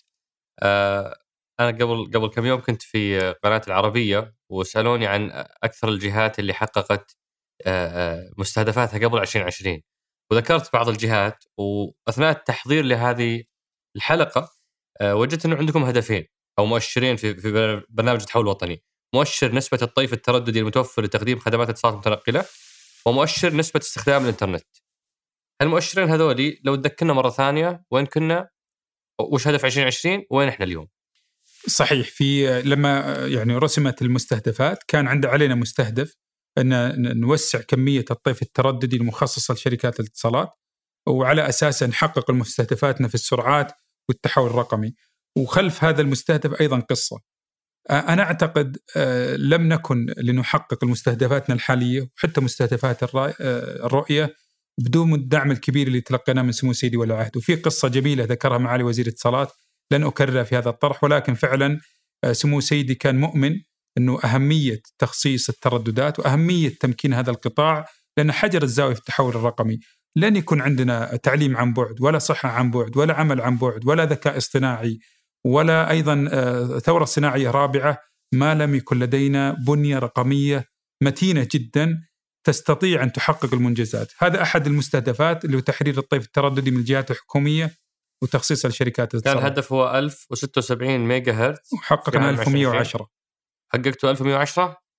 أنا قبل كم يوم كنت في قناة العربية وسألوني عن أكثر الجهات اللي حققت مستهدفاتها قبل 2020، وذكرت بعض الجهات. وأثناء التحضير لهذه الحلقة وجدت أنه عندكم هدفين أو مؤشرين في برنامج التحول الوطني: مؤشر نسبة الطيف الترددي المتوفر لتقديم خدمات اتصالات متنقلة، ومؤشر نسبة استخدام الإنترنت. المؤشرين هذولي لو تذكرنا مرة ثانية وين كنا، وش هدف 2020 وين إحنا اليوم؟ صحيح. في لما يعني رسمت المستهدفات كان علينا مستهدف أن نوسع كمية الطيف الترددي المخصصة لشركات الاتصالات، وعلى أساسه نحقق المستهدفاتنا في السرعات والتحول الرقمي. وخلف هذا المستهدف أيضا قصة. أنا أعتقد لم نكن لنحقق المستهدفاتنا الحالية وحتى مستهدفات الرؤية بدون الدعم الكبير اللي تلقيناه من سمو سيدي ولي العهد. وفي قصة جميلة ذكرها معالي وزير الاتصالات لن أكررها في هذا الطرح، ولكن فعلا سمو سيدي كان مؤمن أنه أهمية تخصيص الترددات وأهمية تمكين هذا القطاع، لأن حجر الزاوية في التحول الرقمي. لن يكون عندنا تعليم عن بعد ولا صحة عن بعد ولا عمل عن بعد ولا ذكاء اصطناعي ولا أيضا ثورة صناعية رابعة ما لم يكن لدينا بنية رقمية متينة جدا تستطيع أن تحقق المنجزات. هذا أحد المستهدفات اللي هو تحرير الطيف الترددي من الجهات الحكومية وتخصيصها لشركات الاتصالات. كان الهدف هو 1076 ميجا هرتز، وحققنا 1110. حققتوا 1110؟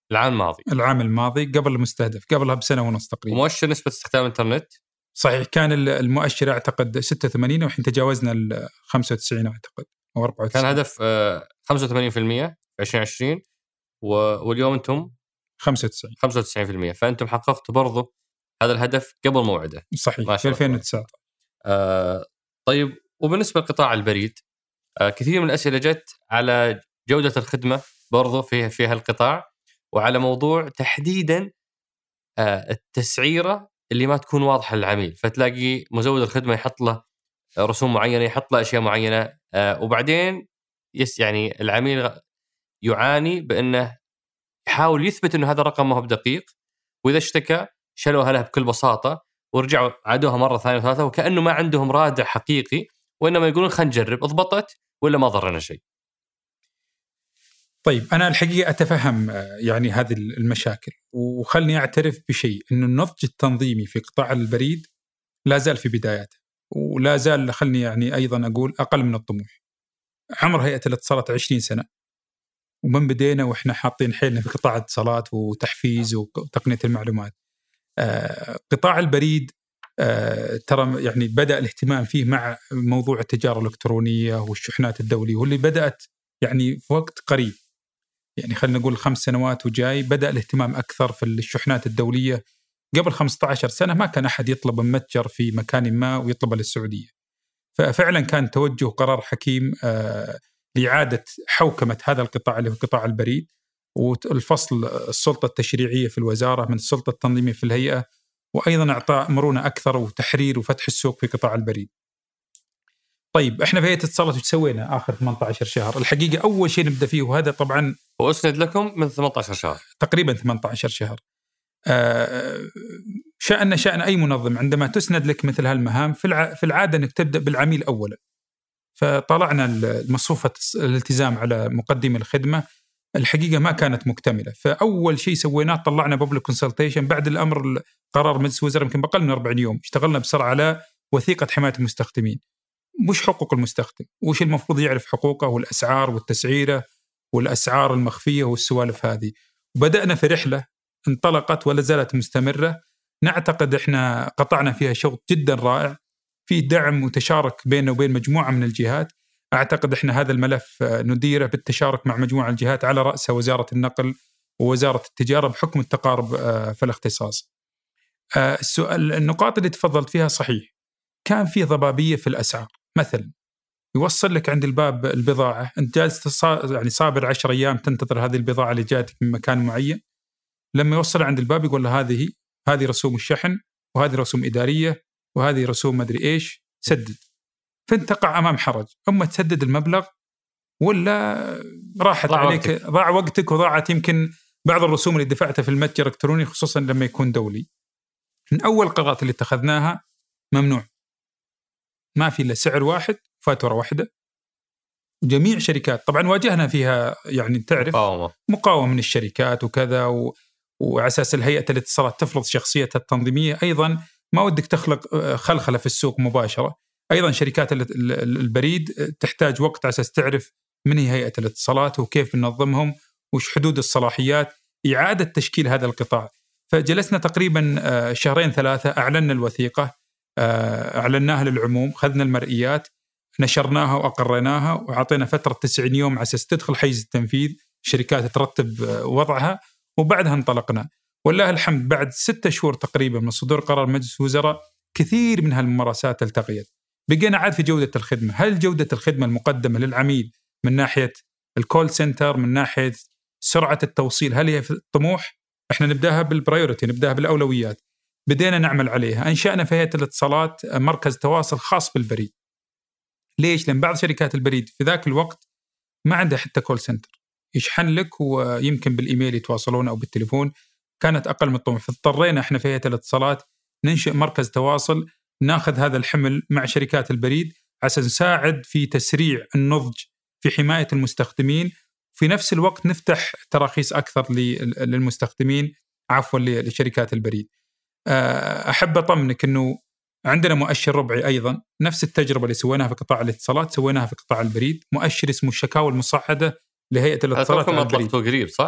العام الماضي قبل المستهدف، قبلها بسنة ونص تقريبا. مؤشر نسبة استخدام الإنترنت صحيح كان المؤشر أعتقد 86 وحين تجاوزنا 95 أعتقد أو 94. كان هدف 85% في 2020 واليوم أنتم 95%. فأنتم حققتوا برضو هذا الهدف قبل موعده. صحيح في 2019. طيب، وبالنسبة لقطاع البريد كثير من الأسئلة جت على جودة الخدمة برضو فيها القطاع، وعلى موضوع تحديدا التسعيرة اللي ما تكون واضحة للعميل، فتلاقي مزود الخدمة يحط له رسوم معينة، يحط له أشياء معينة، وبعدين يعني العميل يعاني بأنه يحاول يثبت أنه هذا الرقم ما هو بدقيق، وإذا اشتكى شلوها له بكل بساطة ورجعوا عادوها مرة ثانية وثالثة، وكأنه ما عندهم رادع حقيقي، وإنما يقولون خلينا نجرب اضبطت ولا ما ضرنا شيء. طيب أنا الحقيقة أتفهم يعني هذه المشاكل، وخلني أعترف بشيء، إنه النضج التنظيمي في قطاع البريد لا زال في بداياته، ولا زال خلني يعني أيضا أقول أقل من الطموح. عمر هيئة الاتصالات 20 سنة، ومن بدينا وإحنا حاطين حيلنا في قطاع الاتصالات وتحفيز وتقنية المعلومات. قطاع البريد ترى يعني بدأ الاهتمام فيه مع موضوع التجارة الإلكترونية والشحنات الدولية، واللي بدأت يعني في وقت قريب، يعني خلينا نقول 5 سنوات وجاي بدأ الاهتمام أكثر في الشحنات الدولية. قبل 15 سنة ما كان أحد يطلب متجر في مكان ما ويطلبه للسعودية، ففعلا كان توجه قرار حكيم لإعادة حوكمة هذا القطاع اللي هو قطاع البريد، والفصل السلطة التشريعية في الوزارة من السلطة التنظيمية في الهيئة، وأيضا إعطاء مرونة أكثر وتحرير وفتح السوق في قطاع البريد. طيب إحنا في هيئة الاتصالات وش سوينا آخر 18 شهر؟ الحقيقة أول شيء نبدأ فيه، وهذا طبعا وأسند لكم من 18 شهر تقريبا 18 شهر. شأن أي منظم عندما تسند لك مثل هالمهام في العادة أنك تبدأ بالعميل أولا. فطلعنا المصفوفة الالتزام على مقدم الخدمة الحقيقة ما كانت مكتملة، فأول شيء سويناه طلعنا بابليك كونسلتيشن بعد الأمر قرار مجلس الوزراء يمكن بقل من 40 يوم. اشتغلنا بسرعة على وثيقة حماية المستخدمين، وش حقوق المستخدم، وش المفروض يعرف حقوقه، والأسعار والتسعيرة والأسعار المخفية والسوالف هذه. وبدأنا في رحلة انطلقت ولا زالت مستمرة، نعتقد احنا قطعنا فيها شوط جدا رائع، في دعم وتشارك بيننا وبين مجموعة من الجهات. أعتقد احنا هذا الملف نديره بالتشارك مع مجموعة من الجهات، على رأسها وزارة النقل ووزارة التجارة بحكم التقارب في الاختصاص. السؤال النقاط اللي تفضلت فيها صحيح، كان في ضبابية في الأسعار. مثلا يوصل لك عند الباب البضاعة، أنت جالس يعني صابر 10 أيام تنتظر هذه البضاعة اللي جاتك من مكان معين، لما يوصل عند الباب يقول له هذه رسوم الشحن، وهذه رسوم إدارية، وهذه رسوم مدري إيش، سدد. فانت تقع أمام حرج، أما تسدد المبلغ ولا راحت عليك، ضاع وقتك، وضاعت يمكن بعض الرسوم اللي دفعتها في المتجر الإلكتروني، خصوصا لما يكون دولي. من أول قرارات اللي اتخذناها ممنوع، ما في إلا سعر واحد، فاتورة واحدة. وجميع شركات طبعا واجهنا فيها يعني تعرف مقاومة من الشركات وكذا، وعلى أساس الهيئة الاتصالات تفرض شخصيتها التنظيمية. أيضا ما ودك تخلق خلخلة في السوق مباشرة. أيضا شركات البريد تحتاج وقت على أساس تعرف من هي هيئة الاتصالات وكيف ننظمهم وش حدود الصلاحيات، إعادة تشكيل هذا القطاع. فجلسنا تقريبا 2-3 شهور، أعلنا الوثيقة، أعلناها للعموم، خذنا المرئيات، نشرناها وأقرناها، وعطينا فترة 90 يوم على أساس تدخل حيز التنفيذ، الشركات ترتب وضعها، وبعدها انطلقنا. والله الحمد بعد 6 شهور تقريبا من صدور قرار مجلس الوزراء كثير من هالممارسات التقيت. بقينا عاد في جودة الخدمة. هل جودة الخدمة المقدمة للعميل من ناحية الكول سنتر، من ناحية سرعة التوصيل، هل هي في الطموح؟ احنا نبداها بالبرايورتي، نبداها بالأولويات. بدينا نعمل عليها. أنشأنا في هيئة الاتصالات مركز تواصل خاص بالبريد. ليش؟ لأن بعض شركات البريد في ذاك الوقت ما عندها حتى كول سنتر يشحن لك، ويمكن بالإيميل يتواصلون أو بالتليفون، كانت أقل من الطموح. فاضطرينا احنا في هيئة الاتصالات ننشئ مركز تواصل، ناخذ هذا الحمل مع شركات البريد عشان نساعد في تسريع النضج في حماية المستخدمين، في نفس الوقت نفتح تراخيص أكثر للمستخدمين، عفوا لشركات البريد. أحب أطمنك أنه عندنا مؤشر ربعي أيضا، نفس التجربة اللي سويناها في قطاع الاتصالات سويناها في قطاع البريد، مؤشر اسمه الشكاوى المصعدة لهيئة الاتصالات على البريد. أطلقته قريب صح؟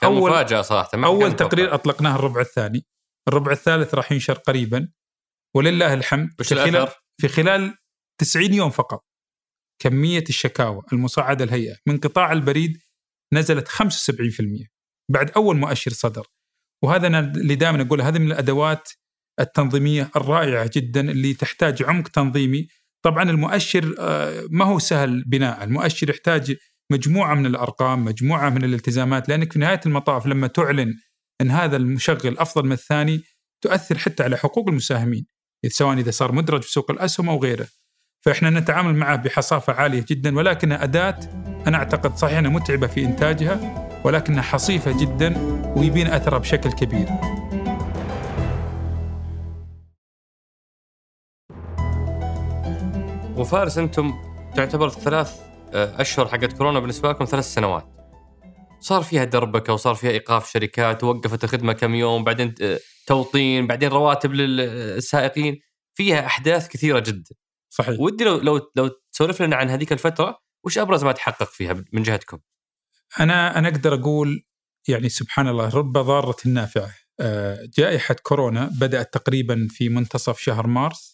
كان مفاجأة صراحة. أول تقرير أطلقناه الربع الثاني، الربع الثالث راح ينشر قريبا ولله الحمد. في خلال 90 يوم فقط كمية الشكاوى المصعدة الهيئة من قطاع البريد نزلت 75% بعد أول مؤشر صدر. وهذا أنا اللي دائما أقول، هذه من الأدوات التنظيمية الرائعة جدا اللي تحتاج عمق تنظيمي. طبعا المؤشر ما هو سهل بناء، المؤشر يحتاج مجموعة من الأرقام، مجموعة من الالتزامات، لأنك في نهاية المطاف لما تعلن أن هذا المشغل أفضل من الثاني تؤثر حتى على حقوق المساهمين، سواء إذا صار مدرج في سوق الأسهم أو غيره. فإحنا نتعامل معه بحصافة عالية جدا، ولكنها أداة أنا أعتقد صحيح أنها متعبة في إنتاجها، ولكنها حصيفة جدا ويبين أثرها بشكل كبير. وفارس، أنتم تعتبر 3 أشهر حقت كورونا بالنسبة لكم 3 سنوات، صار فيها دربكة وصار فيها إيقاف شركات، ووقفت الخدمة كم يوم، بعدين توطين، بعدين رواتب للسائقين، فيها أحداث كثيرة جدا. صحيح. ودي لو تسولف لنا عن هذيك الفترة، وش أبرز ما تحقق فيها من جهتكم؟ أنا أقدر أقول يعني سبحان الله رب ضارة نافعة. جائحة كورونا بدأت تقريبا في منتصف شهر مارس.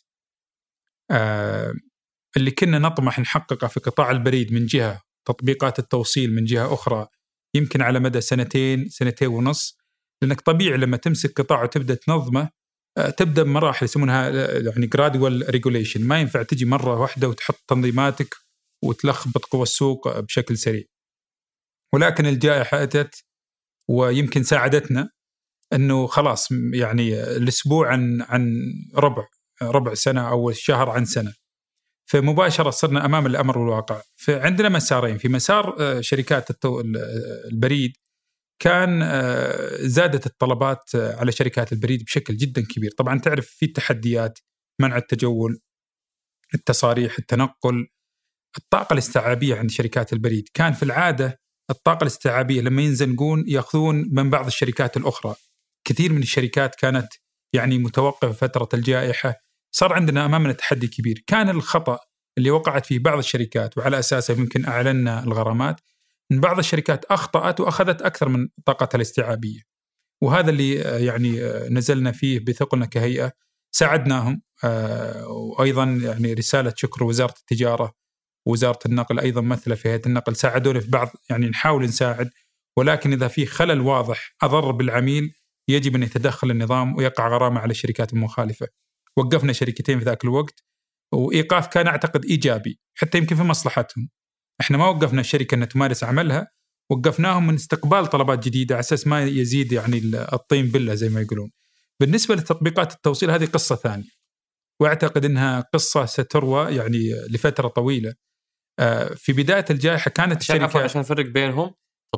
اللي كنا نطمح نحققه في قطاع البريد من جهة، تطبيقات التوصيل من جهة أخرى، يمكن على مدى 2 سنتين ونص. لأنك طبيعي لما تمسك قطاع وتبدأ تنظمه تبدأ بمراحل يسمونها يعني gradual regulation. ما ينفع تجي مرة واحدة وتحط تنظيماتك وتلخبط قوى السوق بشكل سريع. ولكن الجائحة أتت ويمكن ساعدتنا أنه خلاص يعني الأسبوع عن ربع سنة أو الشهر عن سنة، فمباشرة صرنا أمام الأمر والواقع. فعندنا مسارين. في مسار شركات البريد كان زادت الطلبات على شركات البريد بشكل جدا كبير. طبعا تعرف في التحديات، منع التجول، التصاريح، التنقل، الطاقة الاستيعابية عند شركات البريد. كان في العادة الطاقة الاستيعابية لما ينزنقون يأخذون من بعض الشركات الأخرى. كثير من الشركات كانت يعني متوقفة فترة الجائحة. صار عندنا أمامنا تحدي كبير. كان الخطأ اللي وقعت فيه بعض الشركات وعلى أساسه يمكن أعلنا الغرامات، من بعض الشركات أخطأت وأخذت أكثر من طاقتها الاستيعابية. وهذا اللي يعني نزلنا فيه بثقلنا كهيئة، ساعدناهم. وأيضا يعني رسالة شكر وزارة التجارة ووزارة النقل أيضا مثل في هيئة النقل، ساعدونا في بعض، يعني نحاول نساعد. ولكن إذا في خلل واضح أضر بالعميل يجب أن يتدخل النظام ويقع غرامة على الشركات المخالفة. وقفنا شركتين في ذاك الوقت، وإيقاف كان أعتقد إيجابي حتى يمكن في مصلحتهم. إحنا ما وقفنا الشركة أن تمارس عملها، وقفناهم من استقبال طلبات جديدة على أساس ما يزيد يعني الطين بلة زي ما يقولون. بالنسبة لتطبيقات التوصيل هذه قصة ثانية، وأعتقد أنها قصة ستروى يعني لفترة طويلة. في بداية الجائحة كانت الشركة، عشان نفرق بينهم،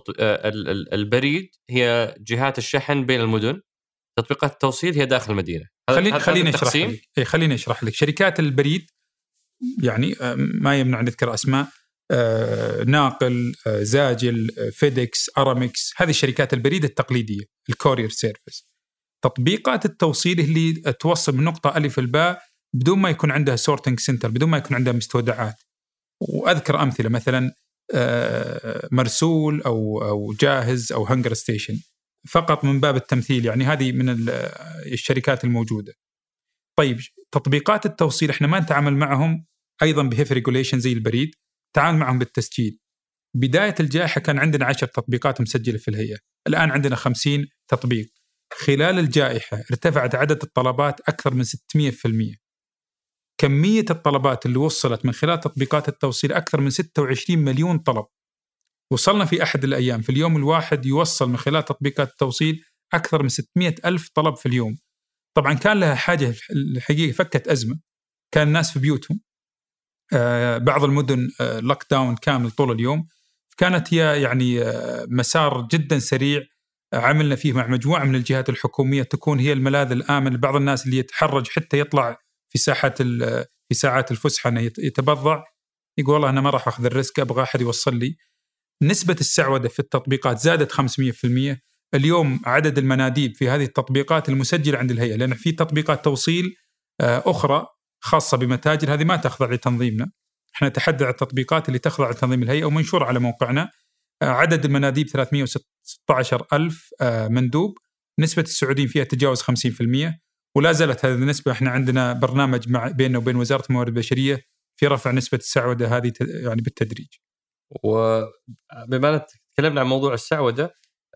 البريد هي جهات الشحن بين المدن، تطبيقات التوصيل هي داخل المدينة. خليني أشرح لك. شركات البريد يعني ما يمنع نذكر أسماء، ناقل، زاجل، فيدكس، أرامكس، هذه شركات البريد التقليدية، الكورير سيرفيس. تطبيقات التوصيل اللي توصل من نقطة ألف الباء بدون ما يكون عندها سورتنج سنتر، بدون ما يكون عندها مستودعات. وأذكر أمثلة مثلا مرسول أو جاهز أو هنجر ستيشن، فقط من باب التمثيل. يعني هذه من الشركات الموجودة. طيب تطبيقات التوصيل احنا ما نتعامل معهم أيضا بهيف ريجوليشن زي البريد، تعامل معهم بالتسجيل. بداية الجائحة كان عندنا 10 تطبيقات مسجلة في الهيئة، الآن عندنا 50 تطبيق. خلال الجائحة ارتفعت عدد الطلبات أكثر من 600%. كمية الطلبات اللي وصلت من خلال تطبيقات التوصيل أكثر من 26 مليون طلب. وصلنا في أحد الأيام في اليوم الواحد يوصل من خلال تطبيقات التوصيل أكثر من 600 ألف طلب في اليوم. طبعا كان لها حاجة الحقيقة، فكت أزمة. كان الناس في بيوتهم، بعض المدن لوك داون كامل طول اليوم. كانت هي يعني مسار جدا سريع عملنا فيه مع مجموعة من الجهات الحكومية تكون هي الملاذ الآمن لبعض الناس اللي يتحرج حتى يطلع في ساعات الفسحة أنه يتبضع، يقول والله أنا ما راح أخذ الريسك، أبغى أحد يوصل لي. نسبة السعودة في التطبيقات زادت 500%. اليوم عدد المناديب في هذه التطبيقات المسجلة عند الهيئة، لأن في تطبيقات توصيل أخرى خاصة بمتاجر هذه ما تخضع لتنظيمنا. احنا نتحدث عن التطبيقات اللي تخضع لتنظيم الهيئة ومنشورة على موقعنا. عدد المناديب 316,000 مندوب، نسبة السعوديين فيها تجاوز 50%، ولا زالت هذه النسبة. احنا عندنا برنامج بيننا وبين وزارة الموارد البشرية في رفع نسبة السعودة هذه يعني بالتدريج. وبما تكلمنا عن موضوع السعودة،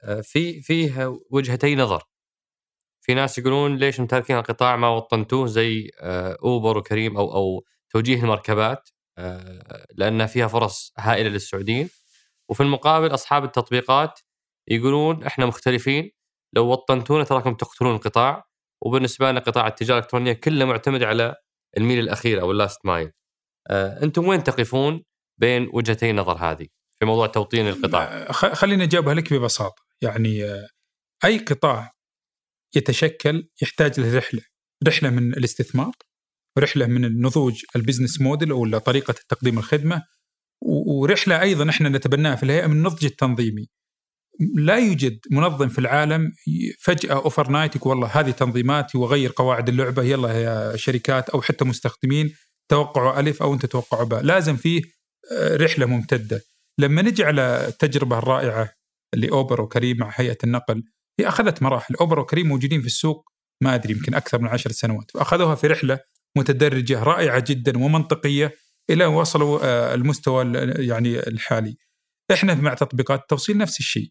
فيه وجهتي نظر. في ناس يقولون ليش متاركين القطاع ما وطنتوه زي أوبر وكريم أو توجيه المركبات، لأن فيها فرص هائلة للسعوديين. وفي المقابل أصحاب التطبيقات يقولون إحنا مختلفين، لو وطنتونا تراكم تقتلون القطاع. وبالنسبة لنا قطاع التجارة الإلكترونية كله معتمد على الميل الأخير أو اللاست مايل. أنتم وين تقفون بين وجهتي النظر هذه في موضوع توطين القطاع؟ خلينا نجاوبها لك ببساطة. يعني أي قطاع يتشكل يحتاج له رحلة من الاستثمار، ورحلة من النضوج البزنس موديل أو طريقة تقديم الخدمة، ورحلة أيضا إحنا نتبناها في الهيئة من النضج التنظيمي. لا يوجد منظم في العالم فجأة أوفر نايت يقول والله هذه تنظيماتي وغير قواعد اللعبة، يلا يا شركات أو حتى مستخدمين توقعوا ألف أو أنت توقعوا باء. لازم فيه رحلة ممتدة. لما نجي على التجربة الرائعة اللي أوبر وكريم مع هيئة النقل، هي أخذت مراحل. أوبر وكريم موجودين في السوق ما أدري يمكن أكثر من 10 سنوات، وأخذوها في رحلة متدرجة رائعة جدا ومنطقية إلى وصلوا المستوى يعني الحالي. إحنا مع تطبيقات التوصيل نفس الشيء،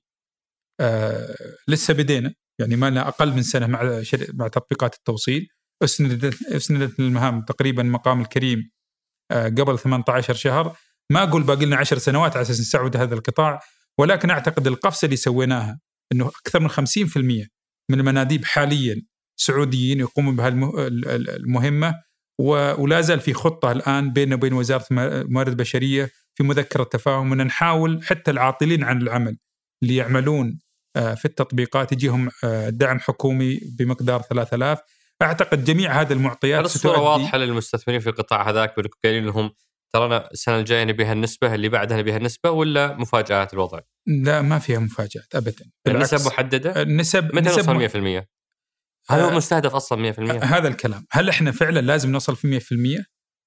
لسه بدينا، يعني ما لنا أقل من سنة مع تطبيقات التوصيل. أسندت المهام تقريبا مقام الكريم قبل 18 شهر. ما أقول باقي لنا 10 سنوات على أساس نسعود هذا القطاع، ولكن أعتقد القفزة اللي سويناها أنه أكثر من 50% من المناديب حاليا سعوديين يقومون بها المهمة. ولا زال في خطة الآن بيننا وبين وزارة الموارد البشرية في مذكرة تفاهم أن نحاول حتى العاطلين عن العمل اللي يعملون في التطبيقات يجيهم دعم حكومي بمقدار 3000. أعتقد جميع هذه المعطيات الصورة واضحة للمستثمرين في القطاع هذاك، قايلين لهم ترانا السنة الجاية نبيها النسبة، اللي بعدها نبيها النسبة، ولا مفاجآت الوضع؟ لا، ما فيها مفاجآت أبدا. النسب محددة؟ النسب متى نوصل 100%؟ هل هو مستهدف أصلا 100%؟ هذا الكلام. هل إحنا فعلا لازم نوصل في 100%؟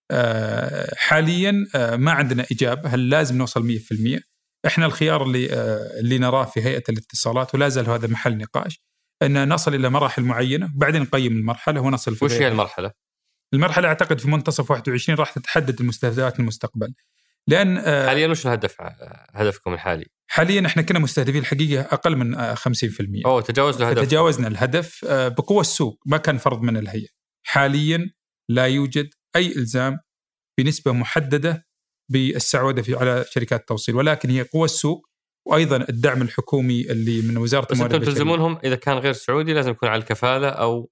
حاليا ما عندنا إجابة هل لازم نوصل 100%. إحنا الخيار اللي نراه في هيئة الاتصالات، ولا زال هذا محل نقاش، أن نصل إلى مراحل معينة بعدين نقيم المرحلة ونصل في وش هي المرحلة؟ المرحلة أعتقد في منتصف 21 راح تتحدد المستهدفات المستقبل. لأن حاليا وش هدفكم الحالي؟ حاليا إحنا كنا مستهدفين الحقيقة أقل من 50%. تجاوزنا الهدف بقوة السوق، ما كان فرض من الهيئة. حاليا لا يوجد أي إلزام بنسبة محددة بالسعودة على شركات التوصيل، ولكن هي قوة السوق وأيضا الدعم الحكومي اللي من وزارة الموارد البشرية. بس أنتم تلزمونهم إذا كان غير سعودي لازم يكون على الكفالة أو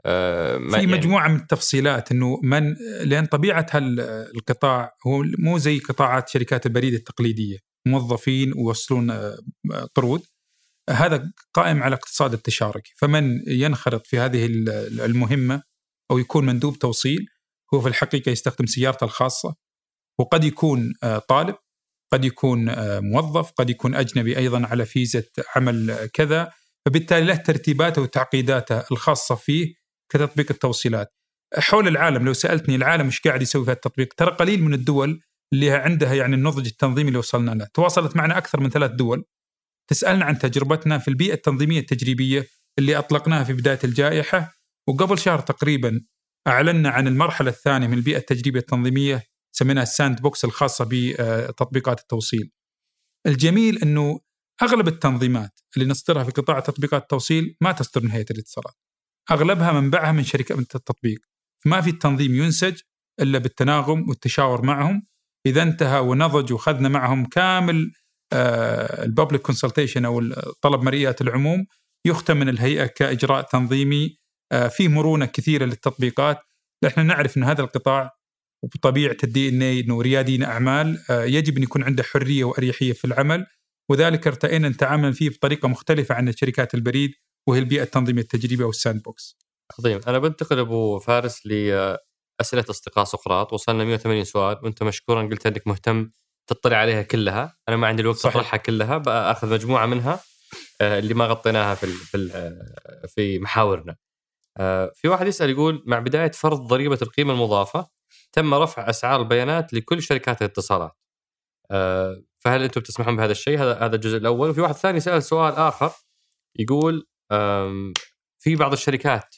في مجموعة من التفصيلات، إنه لأن طبيعة القطاع هو مو زي قطاعات شركات البريد التقليدية، موظفين ويوصلون طرود. هذا قائم على اقتصاد التشاركي، فمن ينخرط في هذه المهمة أو يكون مندوب توصيل هو في الحقيقة يستخدم سيارته الخاصة، وقد يكون طالب، قد يكون موظف، قد يكون أجنبي أيضا على فيزة عمل كذا، فبالتالي له ترتيباته وتعقيداته الخاصة فيه كتطبيق التوصيلات. حول العالم لو سألتني العالم مش قاعد يسوي في التطبيق، ترى قليل من الدول اللي عندها يعني النضج التنظيمي اللي وصلنا له. تواصلت معنا أكثر من 3 دول تسألنا عن تجربتنا في البيئة التنظيمية التجريبية اللي أطلقناها في بداية الجائحة، وقبل شهر تقريبا أعلنا عن المرحلة الثانية من البيئة التجريبية التنظيمية سميناها الساند بوكس الخاصة بتطبيقات التوصيل. الجميل أنه أغلب التنظيمات اللي نصدرها في قطاع تطبيقات التوصيل ما تصدر من هيئة الاتصالات، أغلبها منبعها من شركة من التطبيق. ما في التنظيم ينسج إلا بالتناغم والتشاور معهم. إذا انتهى ونضج وخذنا معهم كامل البابليك كونسلتيشن أو طلب مرئيات العموم، يختم من الهيئة كإجراء تنظيمي فيه مرونة كثيرة للتطبيقات. نحن نعرف أن هذا القطاع وبطبيعة الDNA أنه ريادين أعمال يجب أن يكون عنده حرية وأريحية في العمل، وذلك ارتئينا نتعامل فيه بطريقة مختلفة عن شركات البريد وهي البيئة التنظيمية التجريبية أو الساند بوكس. عظيم. أنا بنتقل أبو فارس لأسئلة أصدقاء سقراط. وصلنا 180 سؤال، وأنت مشكورا قلت أنك مهتم تطلع عليها كلها. أنا ما عندي الوقت أطرحها كلها، بأخذ مجموعة منها اللي ما غطيناها في محاورنا. في واحد يسأل يقول: مع بداية فرض ضريبة القيمة المضافة تم رفع أسعار البيانات لكل شركات الاتصالات، فهل أنتم بتسمحون بهذا الشيء؟ هذا الجزء الأول. وفي واحد ثاني سأل سؤال آخر يقول في بعض الشركات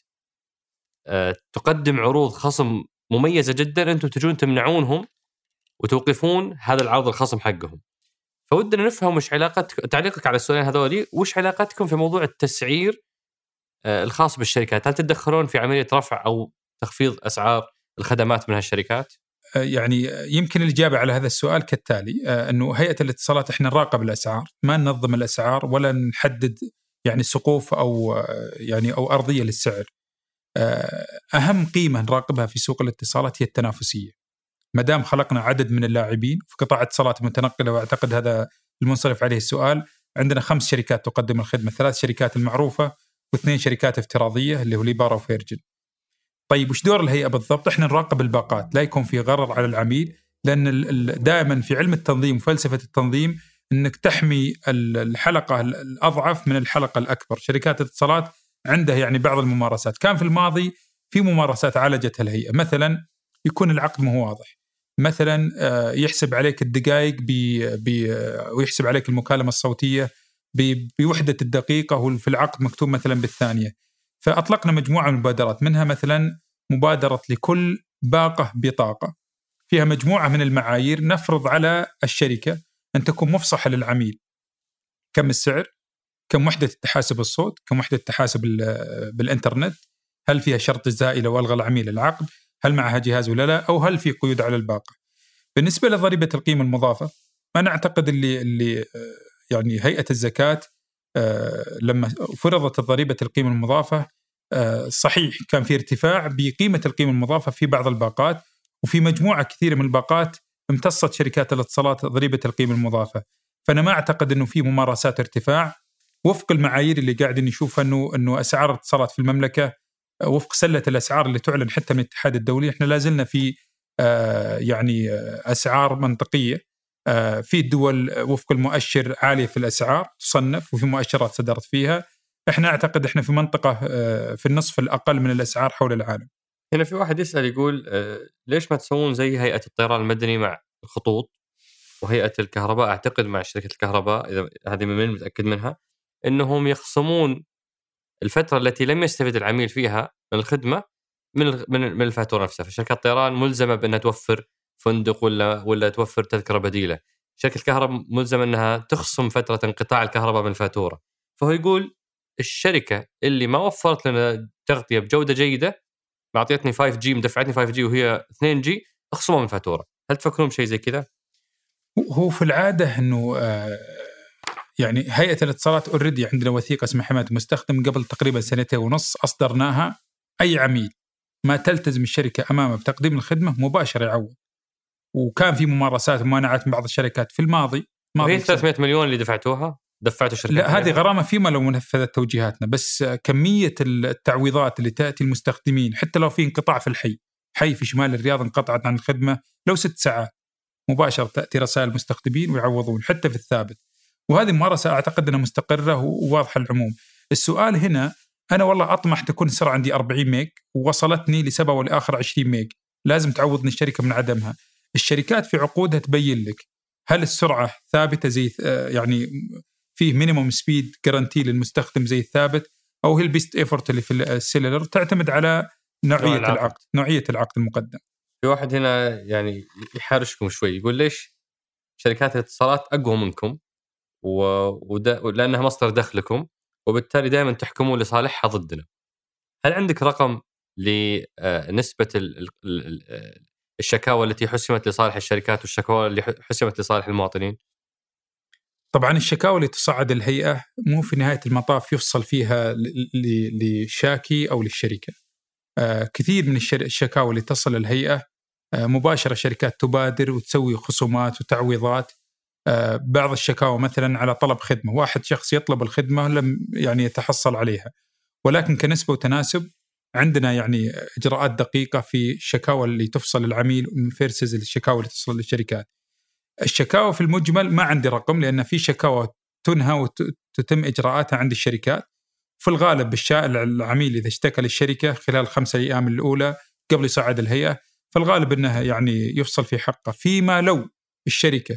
تقدم عروض خصم مميزة جدا، أنتم تجون تمنعونهم وتوقفون هذا العرض الخصم حقهم. فودنا نفهم وش تعليقك على السؤالين هذولي، وش علاقتكم في موضوع التسعير الخاص بالشركات؟ هل تتدخلون في عملية رفع أو تخفيض أسعار الخدمات من هالشركات؟ يعني يمكن الإجابة على هذا السؤال كالتالي، أنه هيئة الاتصالات إحنا نراقب الأسعار، ما ننظم الأسعار ولا نحدد يعني سقوف أو أرضية للسعر. أهم قيمة نراقبها في سوق الاتصالات هي التنافسية. مدام خلقنا عدد من اللاعبين في قطاع اتصالات متنقلة، وأعتقد هذا المنصرف عليه السؤال، عندنا 5 شركات تقدم الخدمة، 3 شركات المعروفة و2 شركات افتراضية اللي هو ليبارا وفيرجن. طيب وش دور الهيئة بالضبط؟ احنا نراقب الباقات، لا يكون في غرر على العميل، لأن دائما في علم التنظيم وفلسفة التنظيم أنك تحمي الحلقة الأضعف من الحلقة الأكبر. شركات الاتصالات عندها يعني بعض الممارسات، كان في الماضي في ممارسات عالجتها الهيئة، مثلا يكون العقد مو واضح، مثلا يحسب عليك الدقائق ويحسب عليك المكالمة الصوتية بوحدة الدقيقة، وفي العقد مكتوب مثلا بالثانية. فأطلقنا مجموعة من المبادرات، منها مثلا مبادرة لكل باقة بطاقة، فيها مجموعة من المعايير نفرض على الشركة أن تكون مفصحة للعميل: كم السعر، كم وحدة التحاسب الصوت، كم وحدة التحاسب بالإنترنت، هل فيها شرط زائلة وألغى العميل العقد، هل معها جهاز ولا لا، أو هل في قيود على الباقة. بالنسبة لضريبة القيمة المضافة، أنا أعتقد اللي يعني هيئة الزكاة لما فرضت ضريبة القيمة المضافة، صحيح كان في ارتفاع بقيمة القيمة المضافة في بعض الباقات، وفي مجموعة كثيرة من الباقات امتصت شركات الاتصالات ضريبة القيمة المضافة. فأنا ما أعتقد أنه في ممارسات ارتفاع وفق المعايير اللي قاعدين نشوف أنه أسعار الاتصالات في المملكة وفق سلة الأسعار اللي تعلن حتى من الاتحاد الدولي. احنا لازلنا في يعني أسعار منطقية. في الدول وفق المؤشر عالية في الأسعار تصنف، وفي مؤشرات صدرت فيها. احنا أعتقد احنا في منطقة في النصف الأقل من الأسعار حول العالم. هنا في واحد يسأل يقول ليش ما تسوون زي هيئة الطيران المدني مع الخطوط وهيئة الكهرباء؟ أعتقد مع شركة الكهرباء، إذا هذه من متأكد منها، إنهم يخصمون الفترة التي لم يستفيد العميل فيها من الخدمة من الفاتورة نفسها. فشركة الطيران ملزمة بأنها توفر فندق ولا توفر تذكرة بديلة. شركة الكهرباء ملزمة أنها تخصم فترة انقطاع الكهرباء من الفاتورة. فهو يقول الشركة اللي ما وفرت لنا تغطية بجودة جيدة، معطيتني 5G مدفعتني 5G وهي 2G، اخصمها من الفاتورة. هل تفكرون بشيء زي كذا؟ هو في العادة أنه يعني هيئة الاتصالات أوريدي عندنا وثيقة اسمها حماية المستخدم، قبل تقريبا 2.5 سنين أصدرناها. أي عميل ما تلتزم الشركة أمامه بتقديم الخدمة مباشرة يعوض. وكان في ممارسات ومانعات من بعض الشركات في الماضي. وهي 300 مليون اللي دفعتوها دفعتوا الشركة؟ لا، هذه غرامة فيما لو منفذت توجيهاتنا، بس كمية التعويضات اللي تأتي المستخدمين، حتى لو في انقطاع في حي في شمال الرياض انقطعت عن الخدمة لو 6 ساعات، مباشرة تأتي رسائل المستخدمين ويعوضون حتى في الثابت. وهذه ممارسة أعتقد أنها مستقرة وواضحة العموم. السؤال هنا، أنا والله أطمح تكون السرعة عندي 40 ميج ووصلتني لسبب والآخر 20 ميج، لازم تعوضني الشركة من عدمها. الشركات في عقودها تبين لك هل السرعة ثابتة زي يعني فيه مينيموم سبيد جارانتي للمستخدم زي الثابت، أو هي البيست إيفورت اللي في السيلولر، تعتمد على نوعية العقد المقدم. في واحد هنا يعني يحارشكم شوي، يقول ليش شركات الاتصالات أقوى منكم لأنها مصدر دخلكم، وبالتالي دائما تحكمون لصالحها ضدنا. هل عندك رقم لنسبة الشكاوى التي حسمت لصالح الشركات والشكاوى اللي حسمت لصالح المواطنين؟ طبعا الشكاوى اللي تصعد الهيئة مو في نهاية المطاف يفصل فيها لشاكي أو للشركة. كثير من الشكاوى اللي تصل الهيئة مباشرة شركات تبادر وتسوي خصومات وتعويضات. بعض الشكاوى مثلا على طلب خدمة، واحد شخص يطلب الخدمة لم يعني يتحصل عليها، ولكن كنسبة وتناسب عندنا يعني إجراءات دقيقة في الشكاوى اللي تفصل العميل فيرسز الشكاوى اللي تصل للشركات. الشكاوى في المجمل ما عندي رقم، لأن في شكاوى تنهى وتتم إجراءاتها عند الشركات. في الغالب العميل إذا اشتكى للشركة خلال 5 أيام الأولى قبل يصعد الهيئة، فالغالب أنه يعني يفصل في حقه. فيما لو الشركة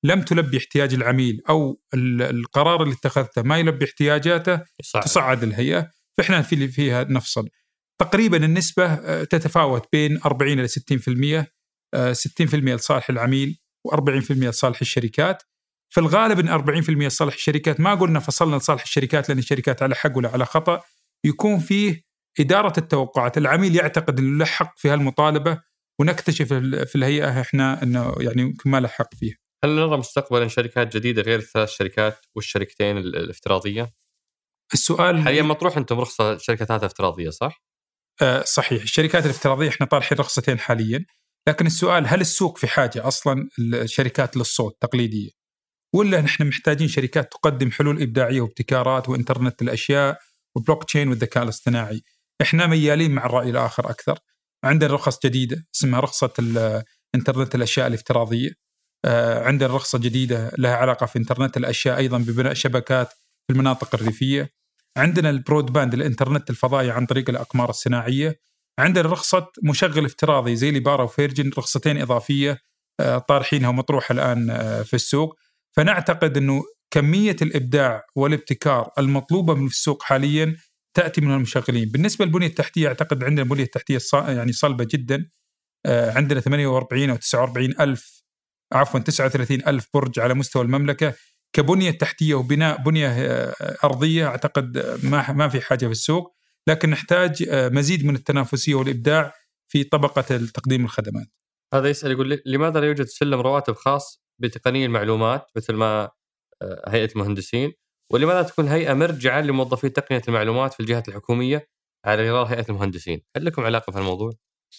لم تلبي احتياج العميل أو القرار اللي اتخذته ما يلبي احتياجاته تصعد الهيئة. فإحنا فيها نفصل. تقريبا النسبة تتفاوت بين 40 إلى 60%، 60% لصالح العميل و40% لصالح الشركات. في الغالب أن 40% لصالح الشركات. ما قلنا فصلنا لصالح الشركات لأن الشركات على حق ولا على خطأ. يكون فيه إدارة التوقعات. العميل يعتقد أنه له حق في هالمطالبة، ونكتشف في الهيئة إحنا أنه يعني ما له حق فيها. هل نرى مستقبلا شركات جديدة غير الثلاث شركات والشركتين الافتراضية؟ السؤال حاليا مطروح أنتم رخصة شركات افتراضية صح؟ صحيح. الشركات الافتراضية إحنا طارحين رخصتين حاليا. لكن السؤال هل السوق في حاجة أصلا الشركات للصوت تقليدية، ولا نحن محتاجين شركات تقدم حلول إبداعية وابتكارات وإنترنت الأشياء وبلوك تشين والذكاء الاصطناعي؟ إحنا ميالين مع الرأي الآخر أكثر. عندنا رخص جديدة اسمها رخصة إنترنت الأشياء الافتراضية. عندنا رخصة جديدة لها علاقة في إنترنت الأشياء أيضا ببناء شبكات في المناطق الريفية. عندنا البرودباند الإنترنت الفضائي عن طريق الأقمار الصناعية. عندنا رخصة مشغل افتراضي زي ليبارا وفيرجن، رخصتين إضافية طارحينها ومطروحة الآن في السوق. فنعتقد أنه كمية الإبداع والابتكار المطلوبة من السوق حاليا تأتي من المشغلين. بالنسبة للبنية التحتية أعتقد عندنا البنية التحتية يعني صلبة جدا. عندنا 48 أو 49 ألف 39 ألف برج على مستوى المملكة كبنية تحتية وبناء بنية أرضية. أعتقد ما في حاجة في السوق، لكن نحتاج مزيد من التنافسية والإبداع في طبقة تقديم الخدمات. هذا يسأل يقول لماذا لا يوجد سلم رواتب خاص بتقني المعلومات مثل ما هيئة المهندسين، ولماذا تكون هيئة مرجعة لموظفي تقنية المعلومات في الجهات الحكومية على غرار هيئة المهندسين؟ هل لكم علاقة في الموضوع؟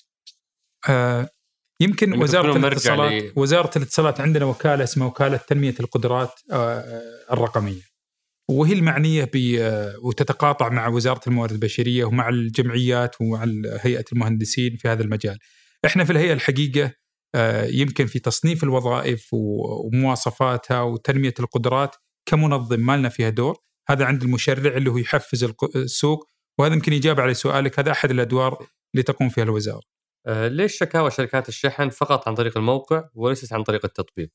يمكن وزارة الاتصالات عندنا وكالة اسمها وكالة تنمية القدرات الرقمية، وهي المعنية وتتقاطع مع وزارة الموارد البشرية ومع الجمعيات ومع هيئة المهندسين في هذا المجال. احنا في الهيئة الحقيقة يمكن في تصنيف الوظائف ومواصفاتها وتنمية القدرات كمنظم ما لنا فيها دور. هذا عند المشرع اللي هو يحفز السوق، وهذا يمكن إجابة على سؤالك. هذا أحد الأدوار اللي تقوم فيها الوزارة. ليش شكاوى شركات الشحن فقط عن طريق الموقع وليست عن طريق التطبيق؟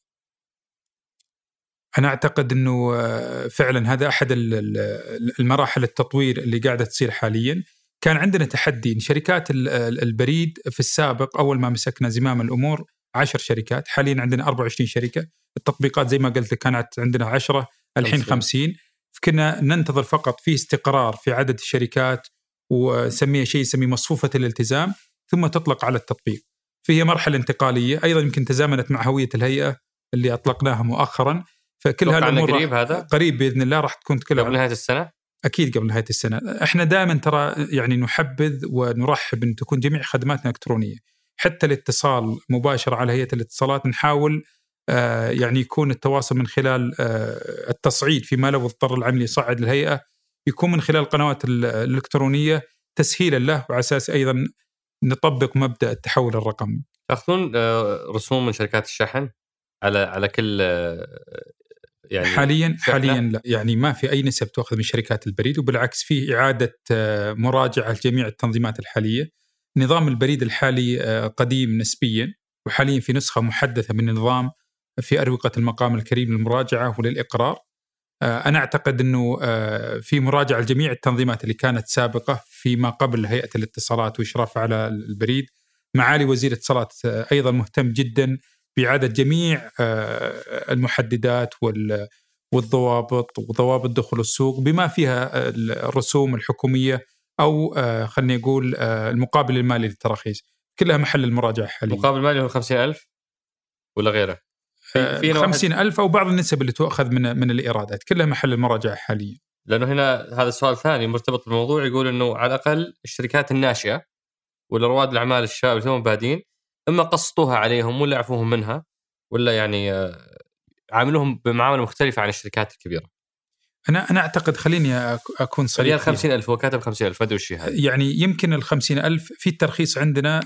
أنا أعتقد أنه فعلا هذا أحد المراحل التطوير اللي قاعدة تصير حاليا. كان عندنا تحدي إن شركات البريد في السابق أول ما مسكنا زمام الأمور 10 شركات، حاليا عندنا 24 شركة. التطبيقات زي ما قلت لك كانت عندنا 10 الحين 50. كنا ننتظر فقط في استقرار في عدد الشركات وسميه شيء يسميه مصفوفة الالتزام ثم تطلق على التطبيق. فهي مرحلة انتقالية أيضا يمكن تزامنت مع هوية الهيئة اللي أطلقناها مؤخرا. فكل هالأمور قريب، هذا قريب بإذن الله راح تكون كلها قبل نهاية السنة. أكيد قبل نهاية السنة. إحنا دائما ترى يعني نحبذ ونرحب أن تكون جميع خدماتنا إلكترونية، حتى الاتصال مباشر على هيئة الاتصالات نحاول يعني يكون التواصل من خلال التصعيد فيما لو اضطر العميل يصعد الهيئة يكون من خلال القنوات الإلكترونية تسهيلا له، وعلى أساس أيضا نطبق مبدأ التحول الرقمي. تأخذون رسوم من شركات الشحن على كل يعني حاليا لا، يعني ما في أي نسب تأخذ من شركات البريد، وبالعكس فيه إعادة مراجعة لجميع التنظيمات الحالية. نظام البريد الحالي قديم نسبيا، وحاليا في نسخة محدثة من النظام في أروقة المقام الكريم للمراجعة وللإقرار. أنا أعتقد أنه في مراجعة لجميع التنظيمات اللي كانت سابقة فيما قبل هيئة الاتصالات وإشراف على البريد. معالي وزير الاتصالات أيضا مهتم جدا بإعادة جميع المحددات والضوابط وضوابط دخول السوق بما فيها الرسوم الحكومية أو خلني أقول المقابل المالي للتراخيص، كلها محل المراجعة حاليا. المقابل المالي هو 50,000 ولا غيره؟ 50,000 أو بعض النسب اللي تؤخذ من الإيرادات، كلها محل المراجعة حاليا. لأنه هنا هذا السؤال ثاني مرتبط بالموضوع، يقول إنه على الأقل الشركات الناشئة ولا رواد الأعمال الشباب اللي هم بادين إما قسطوها عليهم ولا عفوهم منها، ولا يعني عاملوهم بمعاملة مختلفة عن الشركات الكبيرة. أنا أعتقد خليني أكون صريح. 50,000 هو كاتب 50,000 ما أدري وش هذا. يعني يمكن 50,000 في الترخيص عندنا.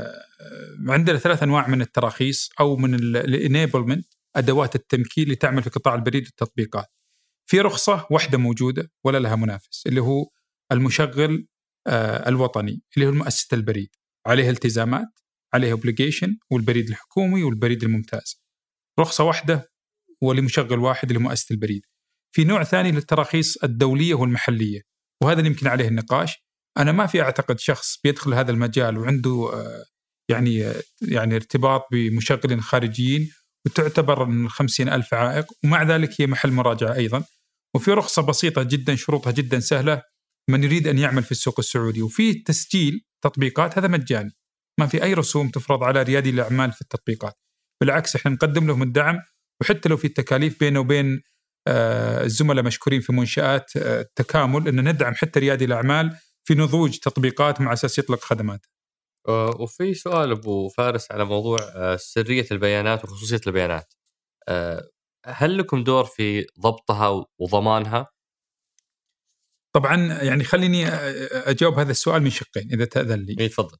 عندنا 3 أنواع من التراخيص أو من الانيبلمنت، أدوات التمكين اللي تعمل في قطاع البريد والتطبيقات. في رخصة واحدة موجودة ولا لها منافس اللي هو المشغل الوطني اللي هو مؤسسة البريد، عليها التزامات، عليها obligation، والبريد الحكومي والبريد الممتاز. رخصة واحدة ولمشغل واحد اللي مؤسسة البريد. في نوع ثاني للتراخيص الدولية والمحلية، وهذا اللي يمكن عليه النقاش. أنا ما في أعتقد شخص بيدخل هذا المجال وعنده يعني ارتباط بمشغلين خارجيين وتعتبر من 50,000 عائق، ومع ذلك هي محل مراجعة أيضا. وفي رخصة بسيطة جدا، شروطها جدا سهلة، من يريد أن يعمل في السوق السعودي. وفي تسجيل تطبيقات، هذا مجاني، ما في أي رسوم تفرض على ريادي الأعمال في التطبيقات. بالعكس احنا نقدم لهم الدعم، وحتى لو في التكاليف بينه وبين الزملاء مشكورين في منشآت التكامل أن ندعم حتى ريادي الأعمال في نضوج تطبيقات مع أساس يطلق خدمات. وفي سؤال أبو فارس على موضوع سرية البيانات وخصوصية البيانات. هل لكم دور في ضبطها وضمانها؟ طبعا يعني خليني أجاوب هذا السؤال من شقين إذا تأذن لي. تفضل.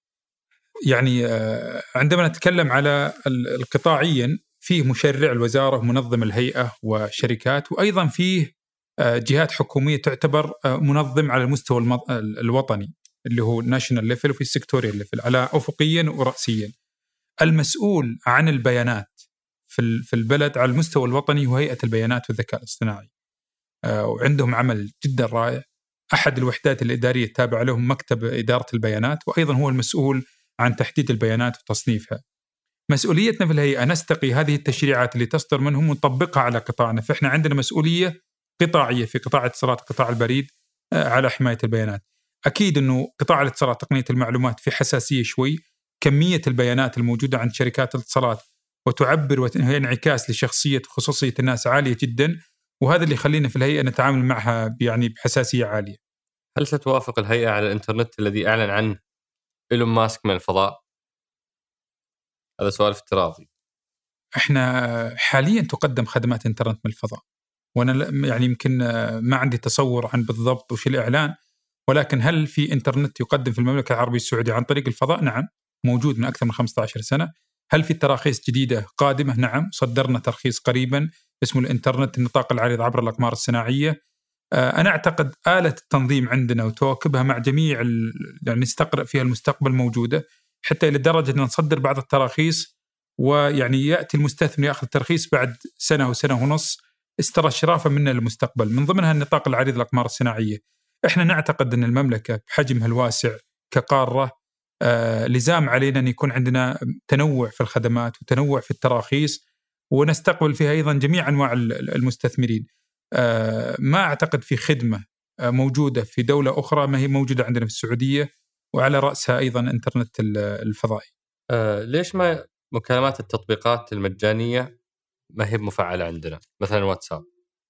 يعني عندما نتكلم على القطاعيا، فيه مشرع الوزارة ومنظم الهيئة وشركات، وأيضا فيه جهات حكومية تعتبر منظم على المستوى الوطني اللي هو ناشونال ليفل، وفي السيكتوريال ليفل على أفقيا ورأسيا. المسؤول عن البيانات في البلد على المستوى الوطني هو هيئة البيانات والذكاء الاصطناعي، وعندهم عمل جدا رائع. أحد الوحدات الإدارية التابعة لهم مكتب إدارة البيانات، وأيضا هو المسؤول عن تحديد البيانات وتصنيفها. مسؤوليتنا في الهيئة نستقي هذه التشريعات اللي تصدر منهم ونطبقها على قطاعنا. فإحنا عندنا مسؤولية قطاعية في قطاع الاتصالات، قطاع البريد، على حماية البيانات. أكيد أنه قطاع الاتصالات تقنية المعلومات في حساسية شوي، كمية البيانات الموجودة عند شركات الاتصالات وتعبر وهي انعكاس لشخصية وخصوصية الناس عالية جدا، وهذا اللي يخلينا في الهيئة نتعامل معها يعني بحساسية عالية. هل ستوافق الهيئة على الإنترنت الذي أعلن عنه إيلون ماسك من الفضاء؟ هذا سؤال افتراضي. احنا حاليا تقدم خدمات انترنت من الفضاء، وانا يعني يمكن ما عندي تصور عن بالضبط وش الإعلان، ولكن هل في انترنت يقدم في المملكة العربية السعودية عن طريق الفضاء؟ نعم، موجود من أكثر من 15 سنة. هل في تراخيص جديدة قادمة؟ نعم، صدرنا ترخيص قريبا اسمه الإنترنت النطاق العريض عبر الأقمار الصناعية. أنا أعتقد آلة التنظيم عندنا وتواكبها مع جميع يعني نستقرأ فيها المستقبل موجودة، حتى إلى درجة أن نصدر بعض التراخيص، ويعني يأتي المستثمر يأخذ الترخيص بعد سنة وسنة ونص استرى شرافة منا للمستقبل، من ضمنها النطاق العريض الأقمار الصناعية. إحنا نعتقد أن المملكة بحجمها الواسع كقارة لزام علينا أن يكون عندنا تنوع في الخدمات وتنوع في التراخيص، ونستقبل فيها أيضا جميع أنواع المستثمرين. ما أعتقد في خدمة موجودة في دولة أخرى ما هي موجودة عندنا في السعودية، وعلى رأسها أيضا إنترنت الفضائي. ليش ما مكالمات التطبيقات المجانية ما هي مفعلة عندنا، مثلا واتساب؟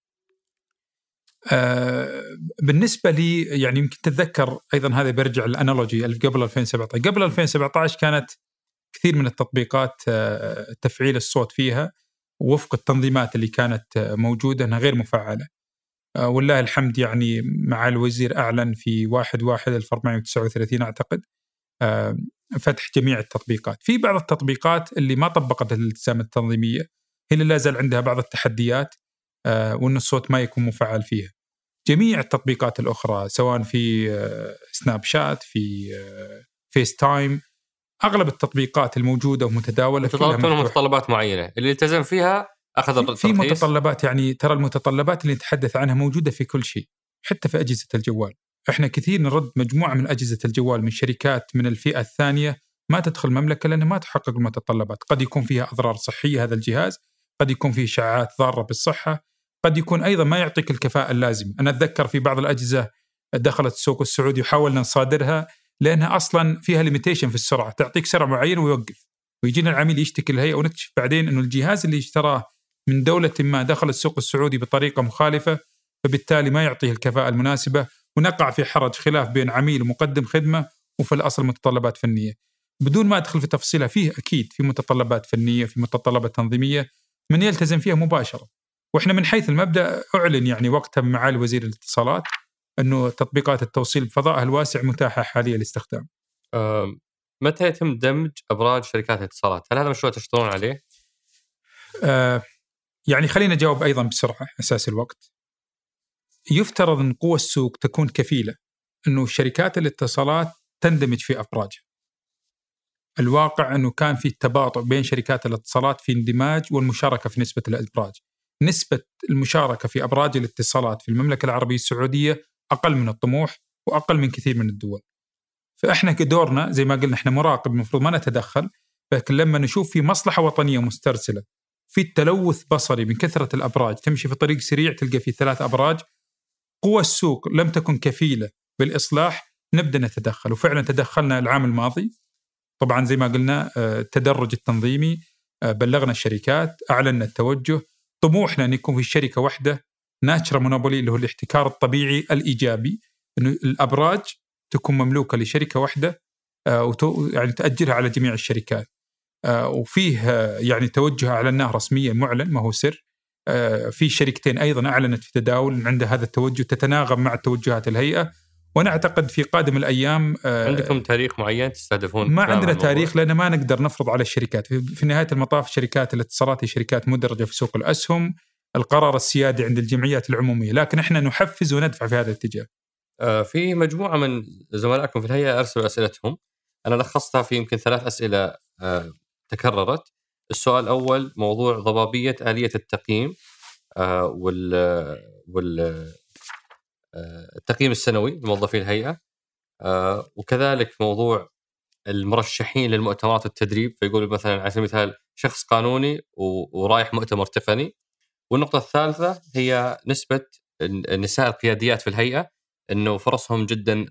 بالنسبة لي يعني يمكن تتذكر أيضا، هذا برجع الأنالوجي قبل 2017. قبل 2017 كانت كثير من التطبيقات تفعيل الصوت فيها وفق التنظيمات اللي كانت موجودة أنها غير مفعلة. والله الحمد يعني مع الوزير أعلن في 1/1/1439 أعتقد فتح جميع التطبيقات. في بعض التطبيقات اللي ما طبقت الالتزامات التنظيمية هي اللي لا زال عندها بعض التحديات، وأن الصوت ما يكون مفعل فيها. جميع التطبيقات الأخرى سواء في سناب شات، في فيس تايم، أغلب التطبيقات الموجودة ومتداولة كلها متطلبات معينة اللي التزم فيها أخذ الترخيص. في متطلبات، يعني ترى المتطلبات اللي نتحدث عنها موجودة في كل شيء، حتى في أجهزة الجوال. إحنا كثير نرد مجموعة من أجهزة الجوال من شركات من الفئة الثانية ما تدخل المملكة لأنها ما تحقق المتطلبات. قد يكون فيها أضرار صحية هذا الجهاز، قد يكون فيه إشعاعات ضارة بالصحة، قد يكون أيضا ما يعطيك الكفاءة اللازمة. أنا أتذكر في بعض الأجهزة دخلت السوق السعودي وحاولنا نصادرها لأنها أصلا فيها ليميتيشن في السرعة، تعطيك سرعة معينة ويوقف، ويجينا العميل يشتكي الهيئة ونكتشف بعدين أنه الجهاز اللي اشتراه من دولة ما دخل السوق السعودي بطريقة مخالفة، فبالتالي ما يعطيه الكفاءة المناسبة، ونقع في حرج خلاف بين عميل ومقدم خدمة، وفي الأصل متطلبات فنية. بدون ما أدخل في تفصيلها، فيه أكيد في متطلبات فنية، في متطلبات تنظيمية من يلتزم فيها مباشرة. وإحنا من حيث المبدأ أعلن يعني وقتها معالي وزير الاتصالات أنه تطبيقات التوصيل بفضائها الواسع متاحة حاليا للاستخدام. متى يتم دمج أبراج شركات الاتصالات؟ هل هذا مشروع تشتغلون عليه؟ يعني خلينا نجاوب أيضا بسرعة أساس الوقت. يفترض أن قوى السوق تكون كفيلة أنه شركات الاتصالات تندمج في أبراجها. الواقع أنه كان في تباطؤ بين شركات الاتصالات في اندماج والمشاركة في نسبة الأبراج. نسبة المشاركة في أبراج الاتصالات في المملكة العربية السعودية أقل من الطموح وأقل من كثير من الدول. فإحنا كدورنا زي ما قلنا إحنا مراقب، المفروض ما نتدخل، لكن لما نشوف في مصلحة وطنية مسترسلة في التلوث بصري من كثرة الأبراج، تمشي في طريق سريع تلقى فيه 3 أبراج، قوى السوق لم تكن كفيلة بالإصلاح، نبدأ نتدخل. وفعلا تدخلنا العام الماضي. طبعا زي ما قلنا التدرج التنظيمي، بلغنا الشركات، أعلنا التوجه، طموحنا أن يكون في شركة واحدة ناتشرال مونوبولي اللي هو الاحتكار الطبيعي الإيجابي، أنه الأبراج تكون مملوكة لشركة واحدة يعني تأجرها على جميع الشركات. وفيه يعني توجه أعلناه رسميا معلن ما هو سر. في شركتين أيضا أعلنت في تداول عند هذا التوجه تتناغم مع توجهات الهيئة، وأنا أعتقد في قادم الأيام. عندكم تاريخ معين تستهدفون؟ ما عندنا تاريخ لأن ما نقدر نفرض على الشركات. في نهاية المطاف شركات الاتصالات هي شركات مدرجة في سوق الأسهم، القرار السيادي عند الجمعيات العمومية، لكن إحنا نحفز وندفع في هذا الاتجاه. في مجموعة من زملائكم في الهيئة أرسلوا أسئلتهم، أنا لخصتها في يمكن 3 أسئلة تكررت. السؤال الأول موضوع ضبابية آلية التقييم والتقييم السنوي لموظفي الهيئة، وكذلك موضوع المرشحين للمؤتمرات والتدريب. فيقول مثلا على سبيل المثال شخص قانوني ورايح مؤتمر تقني. والنقطة الثالثة هي نسبة النساء القياديات في الهيئة، إنه فرصهم جدا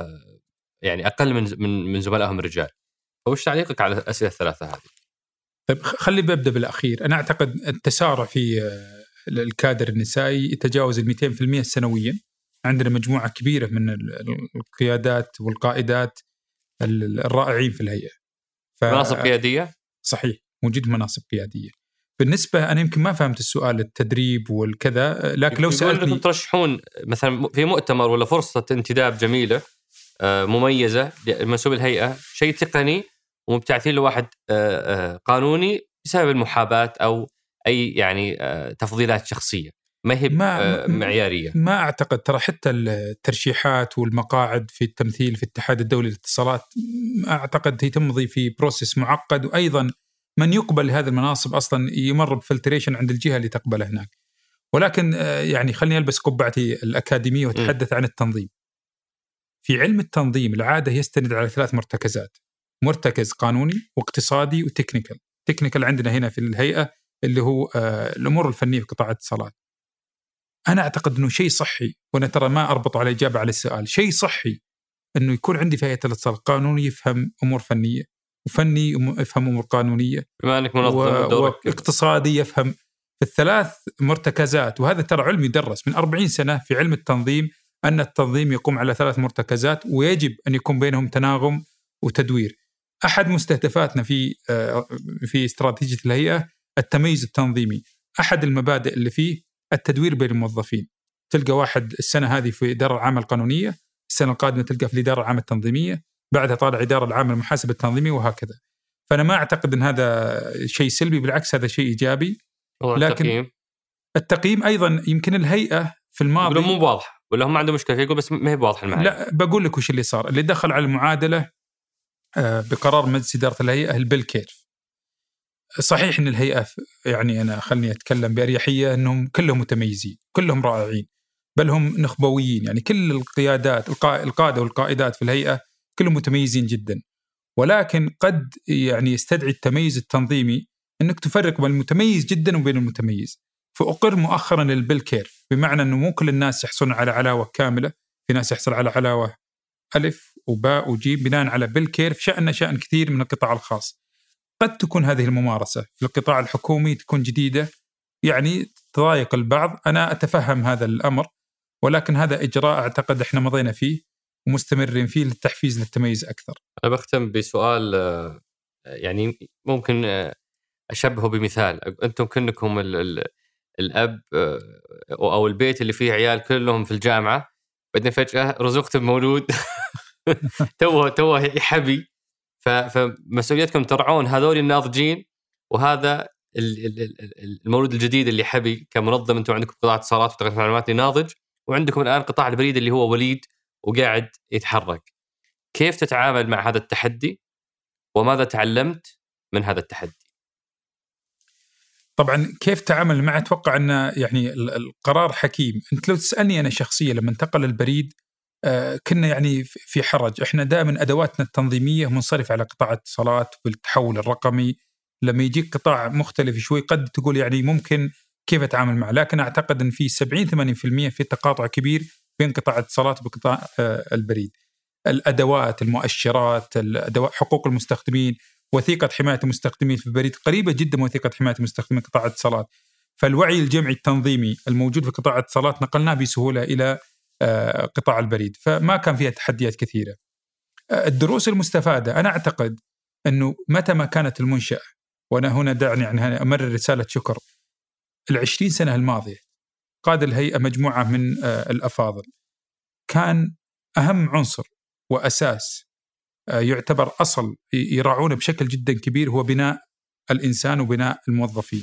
يعني أقل من زملائهم الرجال. فوش تعليقك على الأسئلة الثلاثة هذه؟ طيب خلي ببدأ بالأخير. أنا أعتقد التسارع في الكادر النسائي يتجاوز 200% سنويا. عندنا مجموعة كبيرة من القيادات والقائدات الرائعين في الهيئة. مناصب قيادية؟ صحيح، موجود مناصب قيادية. بالنسبة أنا يمكن ما فهمت السؤال التدريب والكذا، لكن لو سألتني يقول لكم ترشحون مثلا في مؤتمر ولا فرصة انتداب جميلة مميزة لمنسوب الهيئة، شيء تقني ومبتعثين لواحد قانوني بسبب المحاباة أو أي يعني تفضيلات شخصية ما هي معيارية. ما أعتقد، ترى حتى الترشيحات والمقاعد في التمثيل في الاتحاد الدولي للاتصالات أعتقد هي تمضي في بروسيس معقد، وأيضا من يقبل هذه المناصب أصلا يمر بفلتريشن عند الجهة اللي تقبله هناك. ولكن يعني خلني ألبس قبعتي الأكاديمية وأتحدث عن التنظيم. في علم التنظيم العادة يستند على 3 مرتكزات: مرتكز قانوني واقتصادي وتكنيكال. تكنيكال عندنا هنا في الهيئة اللي هو الأمور الفنية في قطاع الاتصالات. أنا أعتقد أنه شيء صحي، وأنا ترى ما أربط على إجابة على السؤال، شيء صحي أنه يكون عندي في هيئة الاتصالات قانوني يفهم أمور فنية، وفني يفهم أمور قانونية، بما أنك منظم واقتصادي يفهم في ال3 مرتكزات. وهذا ترى علم يدرس من 40 سنة في علم التنظيم، أن التنظيم يقوم على 3 مرتكزات ويجب أن يكون بينهم تناغم وتدوير. أحد مستهدفاتنا في استراتيجية الهيئة التميز التنظيمي. أحد المبادئ اللي فيه التدوير بين الموظفين. تلقى واحد السنة هذه في إدارة العامة القانونية، السنة القادمة تلقى في الإدارة العامة التنظيمية، بعدها طالع إدارة العامة المحاسبة التنظيمية، وهكذا. فأنا ما أعتقد أن هذا شيء سلبي، بالعكس هذا شيء إيجابي. لكن التقييم أيضا يمكن الهيئة في الماضي مو واضح، ولا هم عندهم مشكلة يقول بس ما هي واضحة المعايير. لا، بقول لك وش اللي صار. اللي دخل على المعادلة بقرار مجلس إدارة الهيئة البيل كيرف. صحيح أن الهيئة يعني أنا خلني أتكلم بأريحية أنهم كلهم متميزين، كلهم رائعين، بل هم نخبويين. يعني كل القيادات القادة والقائدات في الهيئة كلهم متميزين جدا. ولكن قد يعني يستدعي التميز التنظيمي أنك تفرق بين المتميز جدا وبين المتميز. فأقر مؤخرا للبيل كيرف، بمعنى أنه مو كل الناس يحصلون على علاوة كاملة، في ناس يحصل على علاوة ألف وباء وجيم بناء على بيل كيرف. شأن كثير من القطاع الخاص. قد تكون هذه الممارسة في القطاع الحكومي تكون جديدة، يعني تضايق البعض. أنا أتفهم هذا الأمر، ولكن هذا إجراء أعتقد إحنا مضينا فيه ومستمرين فيه للتحفيز للتميز أكثر. أنا بختم بسؤال يعني ممكن أشبهه بمثال. أنتم كنكم الأب أو البيت اللي فيه عيال كلهم في الجامعة، بعدين فجأة رزقتم مولود توه يحبي، فمسؤوليتكم ترعون هذول الناضجين وهذا المولود الجديد اللي حبي. كمنظم أنتم عندكم قطاع اتصالات وتقنية معلومات ناضج، وعندكم الآن قطاع البريد اللي هو وليد وقاعد يتحرك. كيف تتعامل مع هذا التحدي وماذا تعلمت من هذا التحدي؟ طبعا كيف تعامل معه؟ أتوقع أن يعني القرار حكيم. أنت لو تسألني أنا شخصيا لما انتقل البريد كنا يعني في حرج. إحنا دائما أدواتنا التنظيمية منصرفة على قطاع الاتصالات والتحول الرقمي. لما يجيك قطاع مختلف شوي قد تقول يعني ممكن كيف أتعامل معه، لكن أعتقد أن في 70-80% في تقاطع كبير بين قطاع الاتصالات وقطاع البريد. الأدوات، المؤشرات، الأدوات، حقوق المستخدمين، وثيقة حماية المستخدمين في البريد قريبة جدا من وثيقة حماية المستخدمين قطاع الاتصالات. فالوعي الجمعي التنظيمي الموجود في قطاع الاتصالات نقلناه بسهولة إلى قطاع البريد، فما كان فيها تحديات كثيرة. الدروس المستفادة، أنا أعتقد أنه متى ما كانت المنشأة، وأنا هنا دعني يعني أمرر رسالة شكر، 20 سنة الماضية قاد الهيئة مجموعة من الأفاضل، كان أهم عنصر وأساس يعتبر أصل يراعونه بشكل جدا كبير هو بناء الإنسان وبناء الموظفين.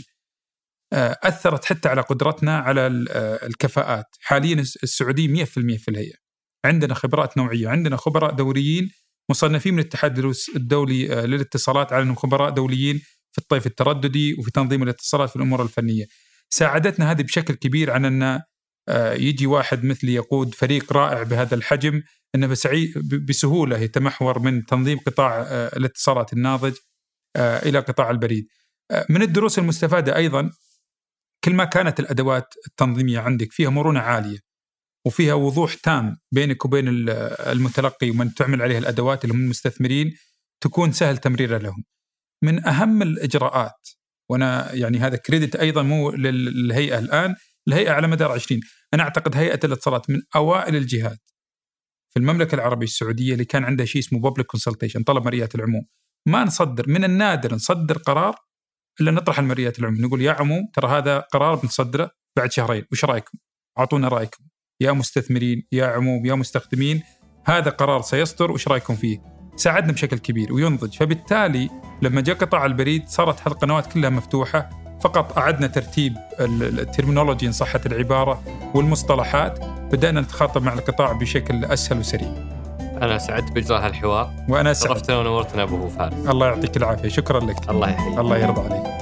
أثرت حتى على قدرتنا على الكفاءات. حاليا السعودية 100% في الهيئة، عندنا خبرات نوعية، عندنا خبراء دوريين مصنفين من الاتحاد الدولي للاتصالات على أنهم خبراء دوليين في الطيف الترددي وفي تنظيم الاتصالات في الأمور الفنية. ساعدتنا هذه بشكل كبير عن أن يجي واحد مثلي يقود فريق رائع بهذا الحجم، أنه بسهولة يتمحور من تنظيم قطاع الاتصالات الناضج إلى قطاع البريد. من الدروس المستفادة أيضا، كل ما كانت الأدوات التنظيمية عندك فيها مرونة عالية وفيها وضوح تام بينك وبين المتلقي ومن تعمل عليه الأدوات اللي هم المستثمرين، تكون سهل تمريرها لهم. من أهم الإجراءات، وأنا يعني هذا كريدت أيضا مو للهيئة الآن، الهيئة على مدار 20، أنا أعتقد هيئة الاتصالات من أوائل الجهات في المملكة العربية السعودية اللي كان عندها شيء اسمه Public Consultation، طلب مرئيات العموم. ما نصدر، من النادر نصدر قرار إلا نطرح المرئيات العموم، نقول يا عموم ترى هذا قرار بنصدره بعد شهرين، وش رأيكم؟ أعطونا رأيكم يا مستثمرين، يا عموم، يا مستخدمين، هذا قرار سيصدر، وش رأيكم فيه؟ ساعدنا بشكل كبير وينضج. فبالتالي لما جاء قطاع البريد صارت القنوات كلها مفتوحة، فقط أعدنا ترتيب الترمينولوجي إن صحت العبارة والمصطلحات، بدأنا نتخاطب مع القطاع بشكل أسهل وسريع. أنا سعدت بإجراء هالحوار. وأنا سعدت. شرفتنا ونورتنا أبو فارس. الله يعطيك العافية، شكرا لك. الله يحييك. الله يرضى عليك.